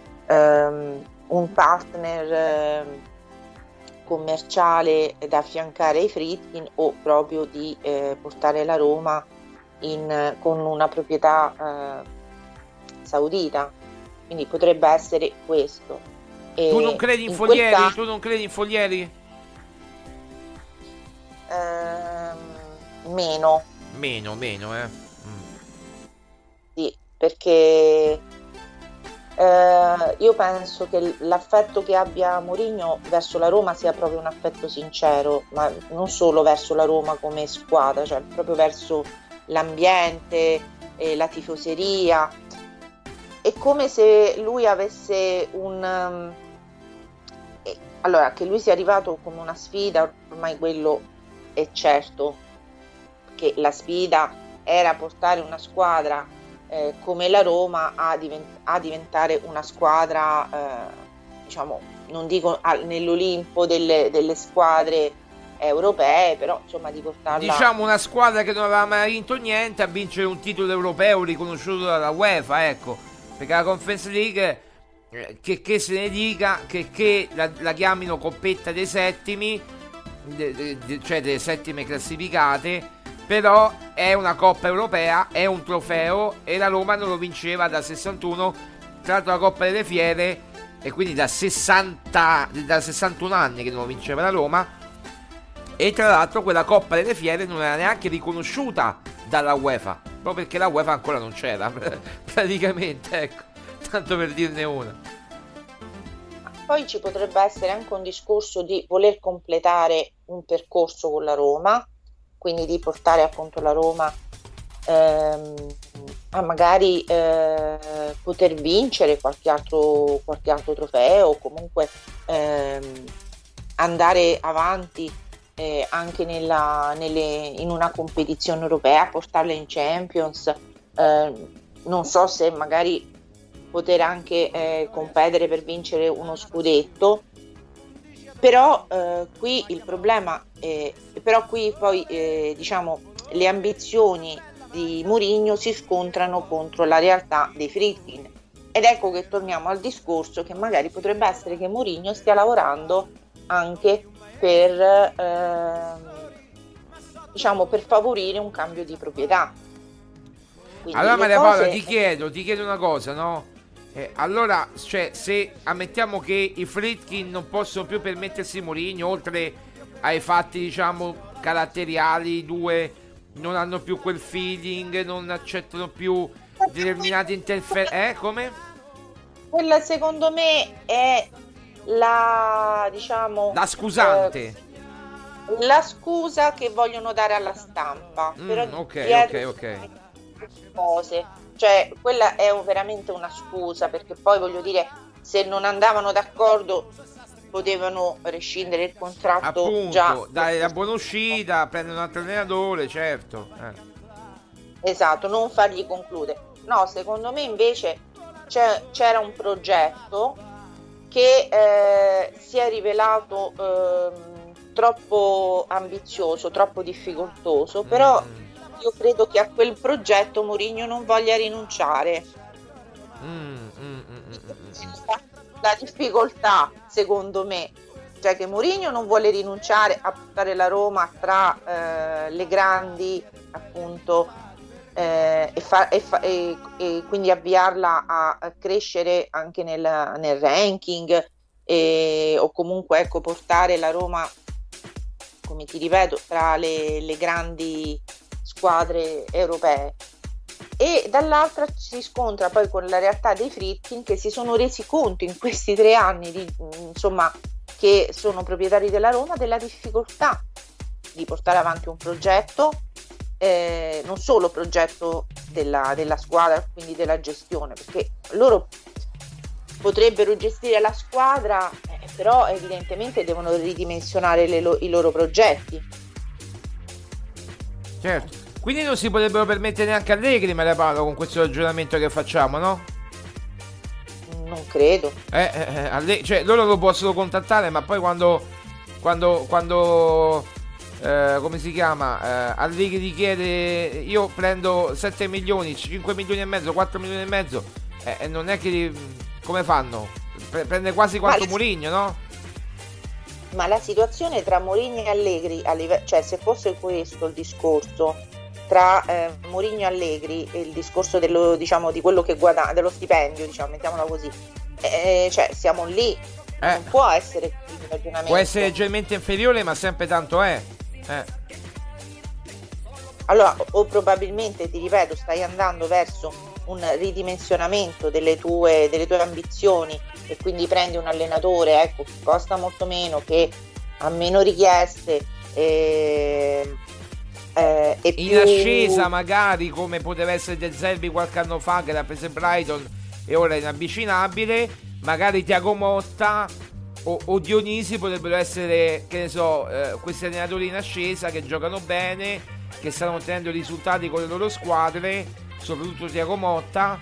un partner commerciale da affiancare ai Friedkin, o proprio di portare la Roma con una proprietà saudita, quindi potrebbe essere questo. Tu non credi in Foglieri? Tu non credi in Foglieri? Meno, sì, perché io penso che l'affetto che abbia Mourinho verso la Roma sia proprio un affetto sincero, ma non solo verso la Roma come squadra, cioè proprio verso l'ambiente, la tifoseria. È come se lui avesse allora, che lui sia arrivato come una sfida, ormai quello è certo, che la sfida era portare una squadra come la Roma a diventare una squadra, diciamo, non dico nell'Olimpo delle squadre europee, però insomma di portarla, diciamo, una squadra che non aveva mai vinto niente a vincere un titolo europeo riconosciuto dalla UEFA, ecco, perché la Conference League, che se ne dica, che la chiamino coppetta dei settimi, cioè delle settime classificate, però è una Coppa Europea, è un trofeo, e la Roma non lo vinceva dal 61, tra l'altro la Coppa delle Fiere, e quindi da 61 anni che non lo vinceva la Roma, e tra l'altro quella Coppa delle Fiere non era neanche riconosciuta dalla UEFA, proprio perché la UEFA ancora non c'era praticamente, ecco, tanto per dirne una. Poi ci potrebbe essere anche un discorso di voler completare un percorso con la Roma, quindi di portare appunto la Roma a magari poter vincere qualche altro trofeo, o comunque andare avanti anche in una competizione europea, portarla in Champions, non so se magari poter anche competere per vincere uno scudetto, però qui il problema però qui poi diciamo le ambizioni di Mourinho si scontrano contro la realtà dei Friedkin, ed ecco che torniamo al discorso che magari potrebbe essere che Mourinho stia lavorando anche per diciamo per favorire un cambio di proprietà. Quindi allora Maria Paola ti chiedo una cosa, no? Allora, cioè, se ammettiamo che i Friedkin non possono più permettersi Mourinho, oltre ai fatti diciamo caratteriali, i due non hanno più quel feeling, non accettano più determinati interferenze, come? Quella secondo me è la, diciamo, la scusante, la scusa che vogliono dare alla stampa. Ok. Cose, cioè quella è veramente una scusa, perché poi voglio dire, se non andavano d'accordo potevano rescindere il contratto, appunto, già dare la buona uscita, prendere un altro allenatore, certo. Esatto, non fargli concludere. No, secondo me invece c'era un progetto che si è rivelato troppo ambizioso, troppo difficoltoso, però io credo che a quel progetto Mourinho non voglia rinunciare. La difficoltà, secondo me, cioè che Mourinho non vuole rinunciare a portare la Roma tra le grandi, appunto, e quindi avviarla a crescere anche nel ranking, o comunque, ecco, portare la Roma, come ti ripeto, tra le grandi squadre europee, e dall'altra si scontra poi con la realtà dei Friedkin, che si sono resi conto in questi 3 anni insomma, che sono proprietari della Roma, della difficoltà di portare avanti un progetto, non solo progetto della squadra, quindi della gestione, perché loro potrebbero gestire la squadra, però evidentemente devono ridimensionare i loro progetti. Certo, quindi non si potrebbero permettere neanche Allegri, Maria Paola, con questo ragionamento che facciamo, no? Non credo. Cioè, loro lo possono contattare, ma poi quando come si chiama, Allegri gli chiede, io prendo 7 milioni, 5 milioni e mezzo, 4 milioni e mezzo, non è che come fanno? Prende quasi quanto Mourinho, no? Ma la situazione tra Mourinho e Allegri, cioè se fosse questo il discorso tra Mourinho e Allegri, il discorso dello, diciamo, di quello che guadagna, dello stipendio, diciamo, mettiamola così, cioè siamo lì, non può essere il ragionamento. Può essere leggermente inferiore, ma sempre tanto è. Allora, o probabilmente, ti ripeto, stai andando verso un ridimensionamento delle tue ambizioni, e quindi prendi un allenatore, ecco, che costa molto meno, che ha meno richieste, e in più ascesa magari, come poteva essere De Zerbi qualche anno fa, che l'ha preso Brighton e ora è inavvicinabile. Magari Thiago Motta o Dionisi potrebbero essere, che ne so, questi allenatori in ascesa che giocano bene, che stanno ottenendo risultati con le loro squadre, soprattutto Thiago Motta.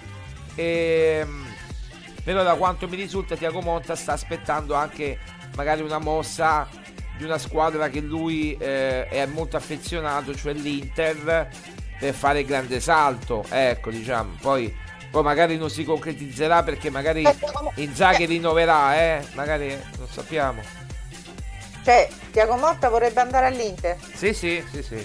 Però da quanto mi risulta Thiago Motta sta aspettando anche magari una mossa di una squadra che lui è molto affezionato, cioè l'Inter, per fare il grande salto, ecco, diciamo. Poi magari non si concretizzerà, perché magari Inzaghi rinnoverà, magari non sappiamo. Cioè Thiago Motta vorrebbe andare all'Inter? Sì.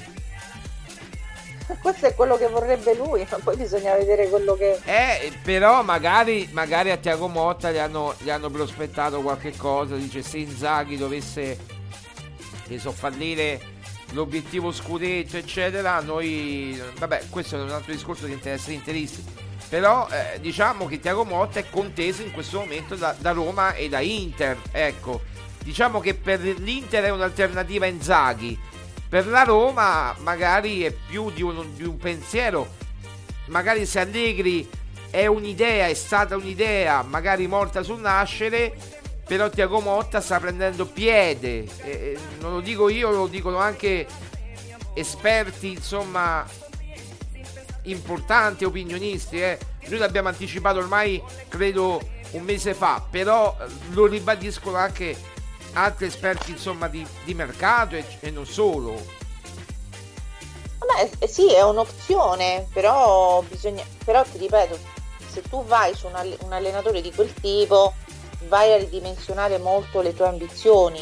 Questo è quello che vorrebbe lui, ma poi bisogna vedere quello che... Però magari a Thiago Motta gli hanno prospettato qualche cosa. Dice, se Inzaghi dovesse, che so, fallire l'obiettivo scudetto, eccetera, noi... Vabbè, questo è un altro discorso che interessa gli interisti. Però diciamo che Thiago Motta è conteso in questo momento da Roma e da Inter. Ecco, diciamo che per l'Inter è un'alternativa a Inzaghi. Per la Roma magari è più di un pensiero. Magari se Allegri è stata un'idea magari morta sul nascere, però Thiago Motta sta prendendo piede, non lo dico io, lo dicono anche esperti, insomma, importanti, opinionisti. Noi l'abbiamo anticipato ormai credo un mese fa, però lo ribadiscono anche altri esperti, insomma, di mercato e non solo. Vabbè, sì, è un'opzione, però però ti ripeto, se tu vai su un allenatore di quel tipo, vai a ridimensionare molto le tue ambizioni.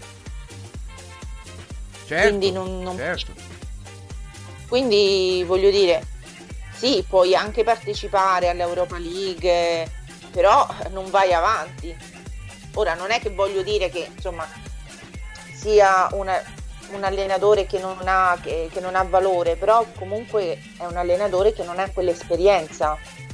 Certo, quindi certo. Quindi voglio dire, sì, puoi anche partecipare all'Europa League, però non vai avanti. Ora non è che voglio dire che insomma sia un allenatore che non ha valore, però comunque è un allenatore che non ha quell'esperienza.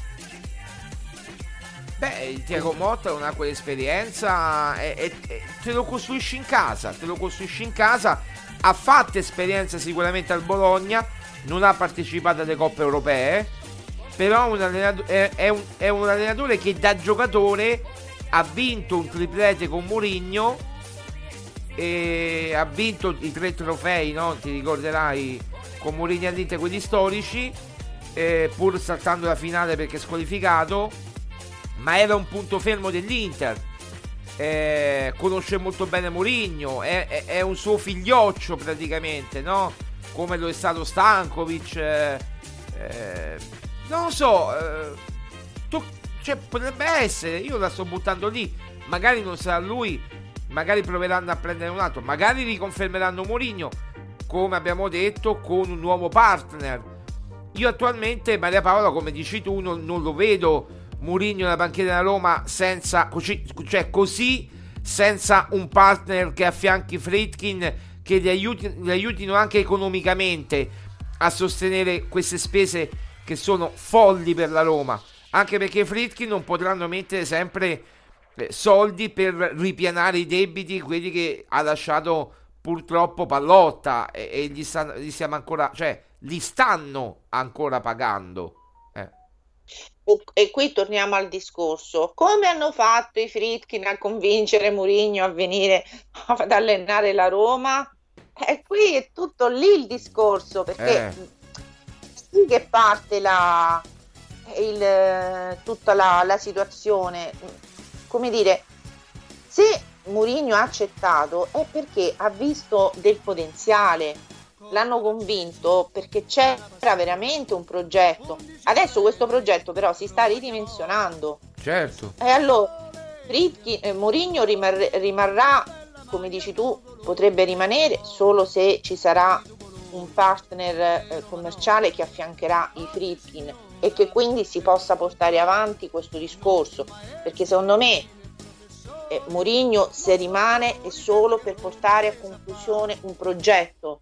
Beh, Thiago Motta non ha quell'esperienza e te lo costruisci in casa, ha fatto esperienza sicuramente al Bologna, non ha partecipato alle coppe europee, però è un allenatore che da giocatore ha vinto un triplete con Mourinho e ha vinto i 3 trofei, no? Ti ricorderai, con Mourinho all'Inter, quelli storici, pur saltando la finale perché è squalificato, ma era un punto fermo dell'Inter. Conosce molto bene Mourinho, è un suo figlioccio praticamente, no? Come lo è stato Stankovic, non lo so, cioè, potrebbe essere, io la sto buttando lì, magari non sarà lui, magari proveranno a prendere un altro, magari riconfermeranno Mourinho, come abbiamo detto, con un nuovo partner. Io attualmente, Maria Paola, come dici tu, non lo vedo Mourinho nella banchiera della Roma senza senza un partner che affianchi Friedkin, che li aiutino anche economicamente a sostenere queste spese che sono folli per la Roma, anche perché Friedkin non potranno mettere sempre soldi per ripianare i debiti, quelli che ha lasciato purtroppo Pallotta, e li stanno ancora pagando. E qui torniamo al discorso: come hanno fatto i Friedkin a convincere Mourinho a venire ad allenare la Roma? E qui è tutto lì il discorso, perché sì che parte tutta la situazione, come dire, se Mourinho ha accettato è perché ha visto del potenziale, l'hanno convinto perché c'era veramente un progetto. Adesso questo progetto però si sta ridimensionando. Certo. E allora Mourinho rimarrà, come dici tu, potrebbe rimanere solo se ci sarà un partner commerciale che affiancherà i Friedkin e che quindi si possa portare avanti questo discorso, perché secondo me Mourinho, se rimane, è solo per portare a conclusione un progetto.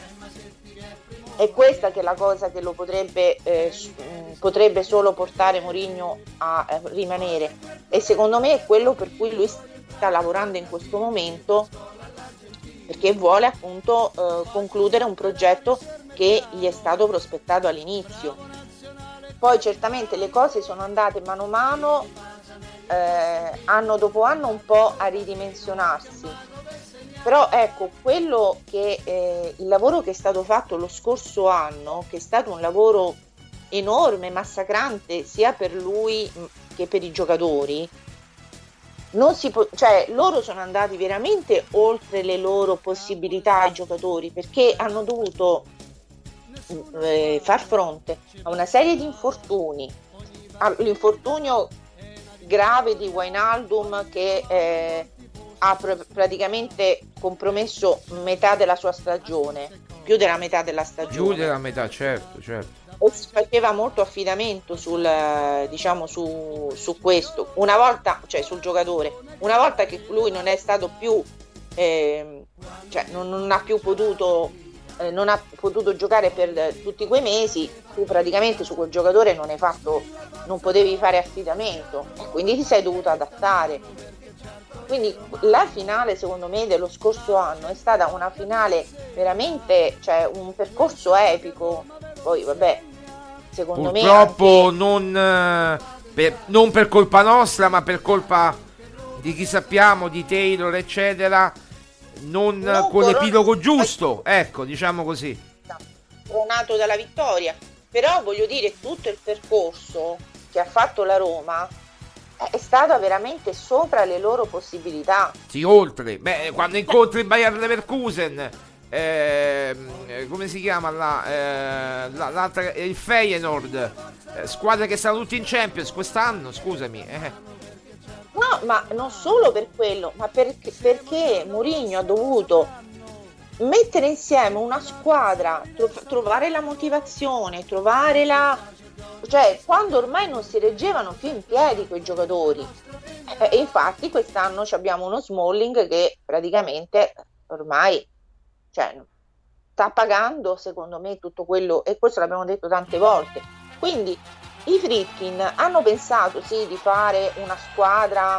È questa che è la cosa che lo potrebbe solo portare Mourinho a rimanere, e secondo me è quello per cui lui sta lavorando in questo momento, perché vuole appunto concludere un progetto che gli è stato prospettato all'inizio. Poi certamente le cose sono andate mano a mano, anno dopo anno, un po' a ridimensionarsi. Però ecco, quello che il lavoro che è stato fatto lo scorso anno, che è stato un lavoro enorme, massacrante, sia per lui che per i giocatori, loro sono andati veramente oltre le loro possibilità, ai giocatori, perché hanno dovuto far fronte a una serie di infortuni, all'infortunio grave di Wijnaldum che ha praticamente compromesso metà della sua stagione, più della metà della stagione. Più della metà, certo. E si faceva molto affidamento su questo, una volta, cioè sul giocatore, una volta che lui non è stato più, non ha più potuto giocare per tutti quei mesi, tu praticamente su quel giocatore non potevi fare affidamento, e quindi ti sei dovuto adattare. Quindi la finale, secondo me, dello scorso anno è stata una finale veramente, cioè un percorso epico. Poi vabbè, secondo purtroppo me non per colpa nostra, ma per colpa di chi sappiamo, di Taylor eccetera, non con l'epilogo giusto, ecco, diciamo così, coronato dalla vittoria. Però voglio dire, tutto il percorso che ha fatto la Roma è stata veramente sopra le loro possibilità. Sì, oltre. Beh, quando incontri il Bayer Leverkusen, come si chiama l'altra, il Feyenoord, squadra che stanno tutti in Champions quest'anno, scusami. No, ma non solo per quello, ma perché Mourinho ha dovuto mettere insieme una squadra, trovare la motivazione, cioè quando ormai non si reggevano più in piedi quei giocatori. E infatti quest'anno abbiamo uno Smalling che praticamente ormai, cioè, sta pagando secondo me tutto quello, e questo l'abbiamo detto tante volte. Quindi i Friedkin hanno pensato sì di fare una squadra,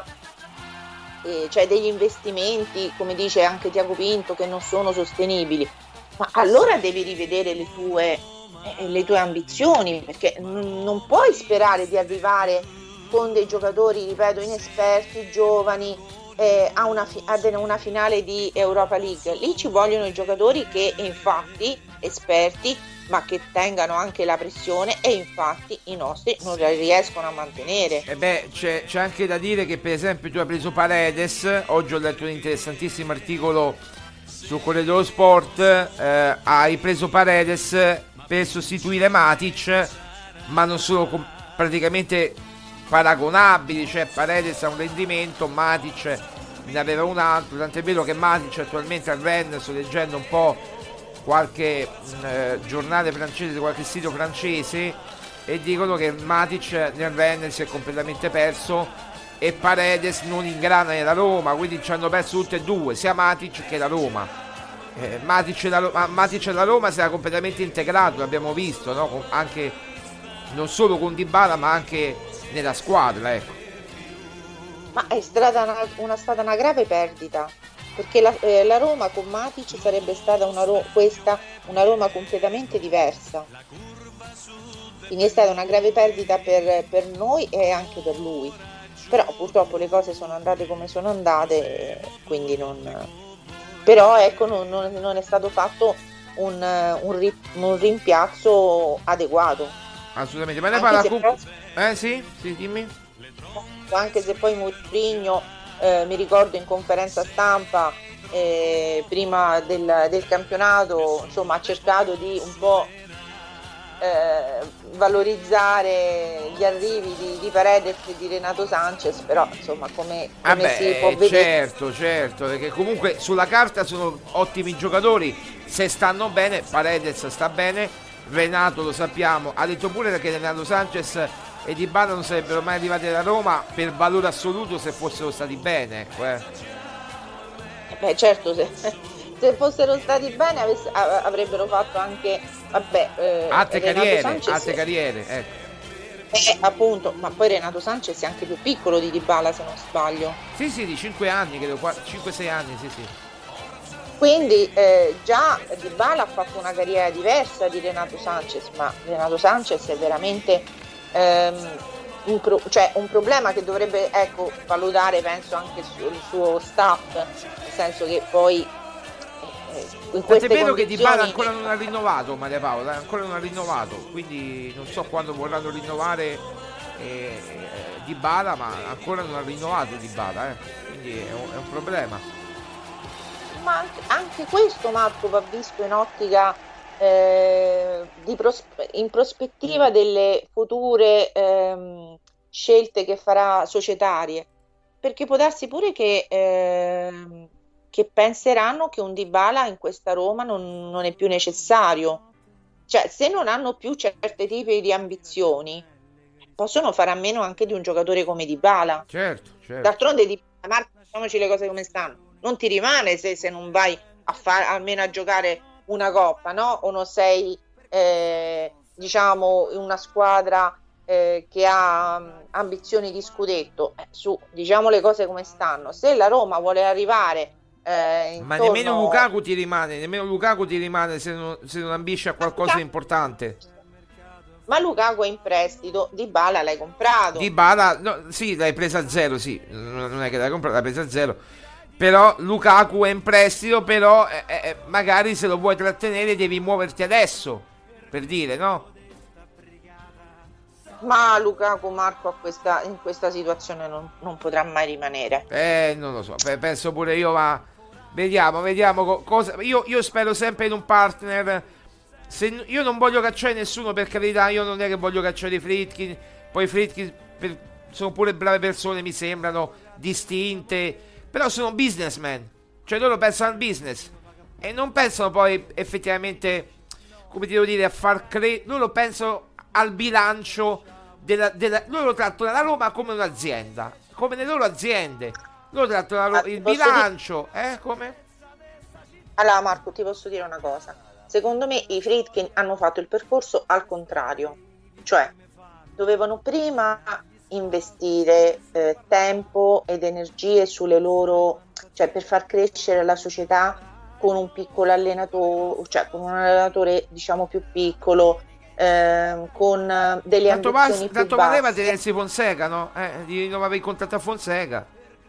cioè degli investimenti, come dice anche Tiago Pinto, che non sono sostenibili, ma allora devi rivedere le tue ambizioni, perché non puoi sperare di arrivare con dei giocatori, ripeto, inesperti, giovani, a una finale di Europa League. Lì ci vogliono i giocatori che infatti esperti, ma che tengano anche la pressione, e infatti i nostri non la riescono a mantenere. E beh, c'è anche da dire che per esempio tu hai preso Paredes, oggi ho letto un interessantissimo articolo su Corriere dello Sport, hai preso Paredes per sostituire Matic, ma non sono praticamente paragonabili, cioè Paredes ha un rendimento, Matic ne aveva un altro, tant'è vero che Matic attualmente al Rennes, sto leggendo un po' qualche giornale francese, qualche sito francese, e dicono che Matic nel Rennes si è completamente perso e Paredes non ingrana nella Roma, quindi ci hanno perso tutte e due, sia Matic che la Roma. Matic e la Roma si era completamente integrato, l'abbiamo visto, no? Anche non solo con Dybala ma anche nella squadra, ecco. Ma è stata una grave perdita, perché la Roma con Matic sarebbe stata una Roma completamente diversa. Quindi è stata una grave perdita per noi e anche per lui. Però purtroppo le cose sono andate come sono andate, quindi però ecco, non è stato fatto un rimpiazzo adeguato. Assolutamente, ma ne parla sì, dimmi. Anche se poi Mourinho, mi ricordo in conferenza stampa prima del campionato, insomma, ha cercato di un po' valorizzare gli arrivi di Paredes e di Renato Sanchez, però insomma come si può vedere, certo, perché comunque sulla carta sono ottimi giocatori, se stanno bene. Paredes sta bene, Renato lo sappiamo, ha detto pure che Renato Sanchez e Dybala non sarebbero mai arrivati alla Roma per valore assoluto se fossero stati bene, ecco. Certo, se fossero stati bene avrebbero fatto anche altre carriere, ecco. Appunto, ma poi Renato Sanchez è anche più piccolo di Dybala, se non sbaglio. Sì, di 5 anni, credo, 5-6 anni, sì. Quindi già Dybala ha fatto una carriera diversa di Renato Sanchez, ma Renato Sanchez è veramente un problema che dovrebbe, ecco, valutare, penso, anche il suo staff, nel senso che poi in queste è vero condizioni... che Dybala ancora non ha rinnovato, Maria Paola, ancora non ha rinnovato, quindi non so quando vorranno rinnovare Dybala, ma ancora non ha rinnovato Dybala, quindi è un problema. Ma anche questo, Marco, va visto in ottica in prospettiva delle future scelte che farà societarie, perché può darsi pure che penseranno che un Dybala in questa Roma non è più necessario, cioè se non hanno più certi tipi di ambizioni possono fare a meno anche di un giocatore come Dybala. Certo. D'altronde, Marco, diciamoci le cose come stanno, non ti rimane se non vai a fare almeno a giocare una coppa, no? O non sei diciamo in una squadra che ha ambizioni di scudetto. Diciamo le cose come stanno. Se la Roma vuole arrivare ma nemmeno Lukaku ti rimane se non ambisce a qualcosa di importante. ma Lukaku è in prestito, Dybala l'hai comprato. Dybala, no, sì, l'hai presa a zero, sì, non è che l'hai comprata, l'hai presa a zero. Però Lukaku è in prestito, però magari se lo vuoi trattenere devi muoverti adesso, per dire, no? Ma Lukaku, Marco, in questa situazione non potrà mai rimanere. Non lo so, penso pure io, ma vediamo cosa. Io spero sempre in un partner. Io non voglio cacciare nessuno, per carità, io non è che voglio cacciare i Friedkin. Poi i Friedkin sono pure brave persone, mi sembrano distinte, però sono businessmen, cioè loro pensano al business e non pensano poi effettivamente, come ti devo dire, a far loro pensano al bilancio loro trattano la Roma come un'azienda, come le loro aziende, loro trattano il bilancio, come? Allora Marco, ti posso dire una cosa, secondo me i Friedkin hanno fatto il percorso al contrario, cioè dovevano prima investire tempo ed energie sulle loro, cioè per far crescere la società con un piccolo allenatore, cioè con un allenatore diciamo più piccolo, con delle ambizioni più tanto valeva tenersi Fonseca, no? Di rinnovare il contratto a Fonseca.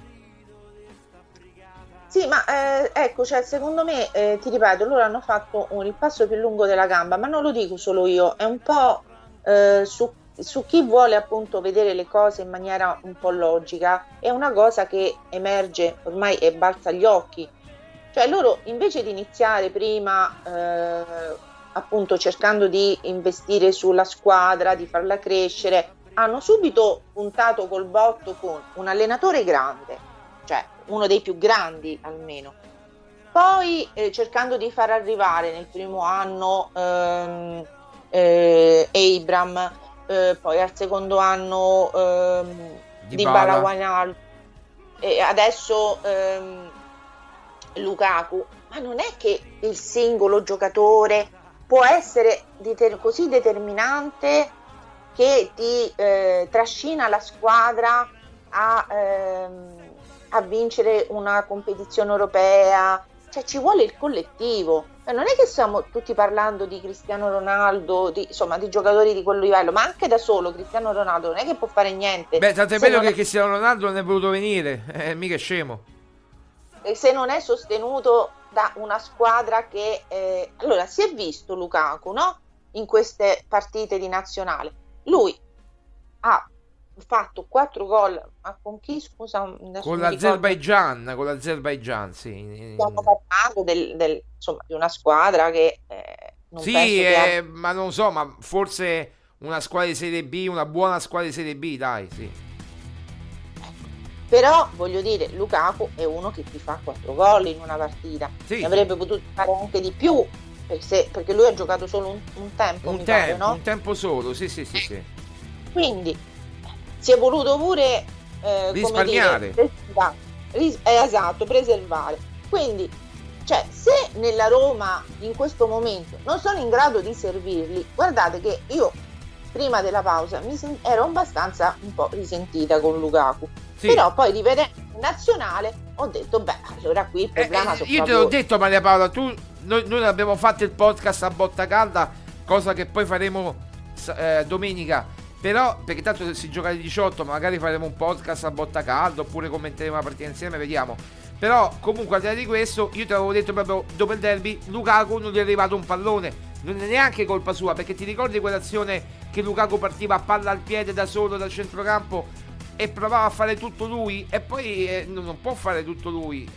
Sì, ma ecco, cioè, secondo me, ti ripeto, loro hanno fatto il passo più lungo della gamba, ma non lo dico solo io, è un po' su chi vuole appunto vedere le cose in maniera un po' logica, è una cosa che emerge ormai e balza agli occhi. Cioè loro invece di iniziare prima appunto cercando di investire sulla squadra, di farla crescere, hanno subito puntato col botto con un allenatore grande, cioè uno dei più grandi almeno, poi cercando di far arrivare nel primo anno Abraham, poi al secondo anno Dybala, Wijnaldum, e adesso Lukaku. Ma non è che il singolo giocatore può essere così determinante che ti trascina la squadra a vincere una competizione europea, cioè ci vuole il collettivo. Non è che stiamo tutti parlando di Cristiano Ronaldo, insomma di giocatori di quel livello, ma anche da solo Cristiano Ronaldo non è che può fare niente. Beh, tanto è vero che Cristiano Ronaldo non è voluto venire, mica è scemo. E se non è sostenuto da una squadra che allora si è visto Lukaku, no? In queste partite di nazionale lui ha fatto 4 gol, ma con chi, scusa? Con l'Azerbaigian, sì. Stiamo parlando insomma, di una squadra che non sì, penso ma non so, ma forse una squadra di Serie B, una buona squadra di Serie B, dai, sì. Però voglio dire, Lukaku è uno che ti fa 4 gol in una partita, sì. Ne avrebbe potuto fare anche di più, perché lui ha giocato solo un tempo, pare, no? Un tempo solo, sì. Quindi si è voluto pure risparmiare, preservare. Quindi, cioè, se nella Roma in questo momento non sono in grado di servirli, guardate che io prima della pausa ero abbastanza un po' risentita con Lukaku, sì. Però poi rivedendo in nazionale ho detto beh, allora qui il problema io te l'ho detto, Maria Paola, noi abbiamo fatto il podcast a botta calda, cosa che poi faremo domenica, però perché tanto si gioca alle 18, magari faremo un podcast a botta calda oppure commenteremo la partita insieme, vediamo. Però comunque al di là di questo, io te l'avevo detto proprio dopo il derby, Lukaku non gli è arrivato un pallone, non è neanche colpa sua, perché ti ricordi quell'azione che Lukaku partiva a palla al piede da solo dal centrocampo e provava a fare tutto lui, e poi non può fare tutto lui.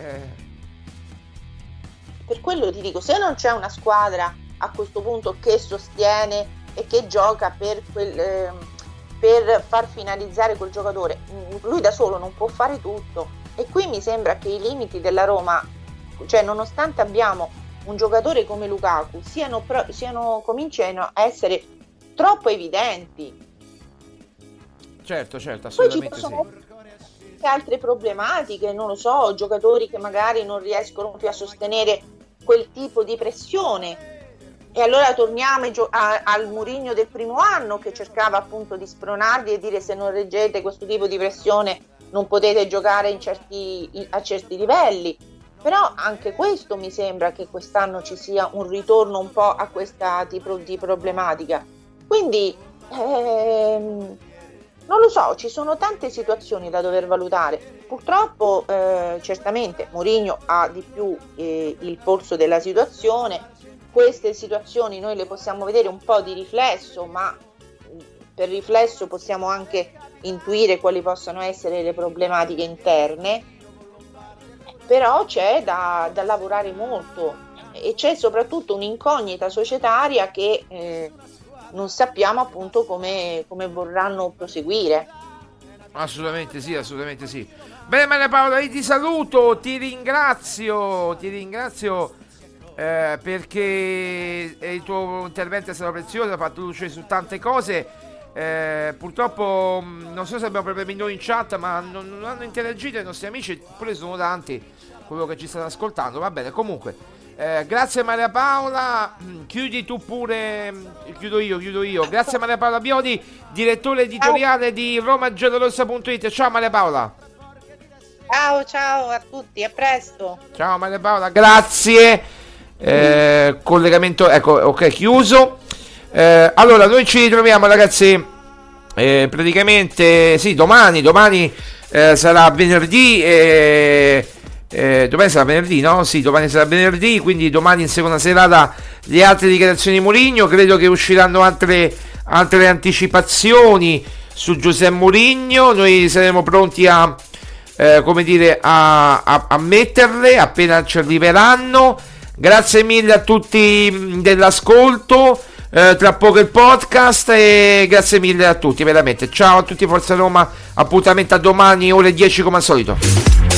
Per quello ti dico, se non c'è una squadra a questo punto che sostiene e che gioca per far finalizzare quel giocatore, lui da solo non può fare tutto. E qui mi sembra che i limiti della Roma, cioè nonostante abbiamo un giocatore come Lukaku, cominciano a essere troppo evidenti. Certo, assolutamente. Poi ci sono altre problematiche, non lo so, giocatori che magari non riescono più a sostenere quel tipo di pressione. E allora torniamo al Mourinho del primo anno, che cercava appunto di spronarli e dire: se non reggete questo tipo di pressione non potete giocare a certi livelli. Però anche questo mi sembra che quest'anno ci sia un ritorno un po' a questa tipo di problematica. Quindi Non lo so, ci sono tante situazioni da dover valutare. Purtroppo certamente Mourinho ha di più il polso della situazione. Queste situazioni noi le possiamo vedere un po' di riflesso, ma per riflesso possiamo anche intuire quali possono essere le problematiche interne. Però c'è da lavorare molto e c'è soprattutto un'incognita societaria che non sappiamo appunto come vorranno proseguire. Assolutamente sì. Bene Maria Paola, io ti saluto, ti ringrazio perché il tuo intervento è stato prezioso, ha fatto luce su tante cose. Purtroppo non so se abbiamo problemi noi in chat, ma non hanno interagito i nostri amici, eppure sono tanti quello che ci stanno ascoltando. Va bene, comunque grazie Maria Paola, chiudi tu pure, chiudo io. Grazie Maria Paola Biodi, direttore editoriale di romagiallorossa.it. Ciao Maria Paola. Ciao a tutti, a presto. Ciao Maria Paola, grazie. Collegamento, ecco, ok, chiuso. Allora noi ci ritroviamo ragazzi praticamente sì, domani sarà venerdì. Domani sarà venerdì, no? Sì, domani sarà venerdì, quindi domani in seconda serata le altre dichiarazioni di Mourinho. Credo che usciranno altre anticipazioni su Giuseppe Mourinho. Noi saremo pronti a metterle appena ci arriveranno. Grazie mille a tutti dell'ascolto. Tra poco il podcast e grazie mille a tutti, veramente. Ciao a tutti, Forza Roma, appuntamento a domani ore 10 come al solito.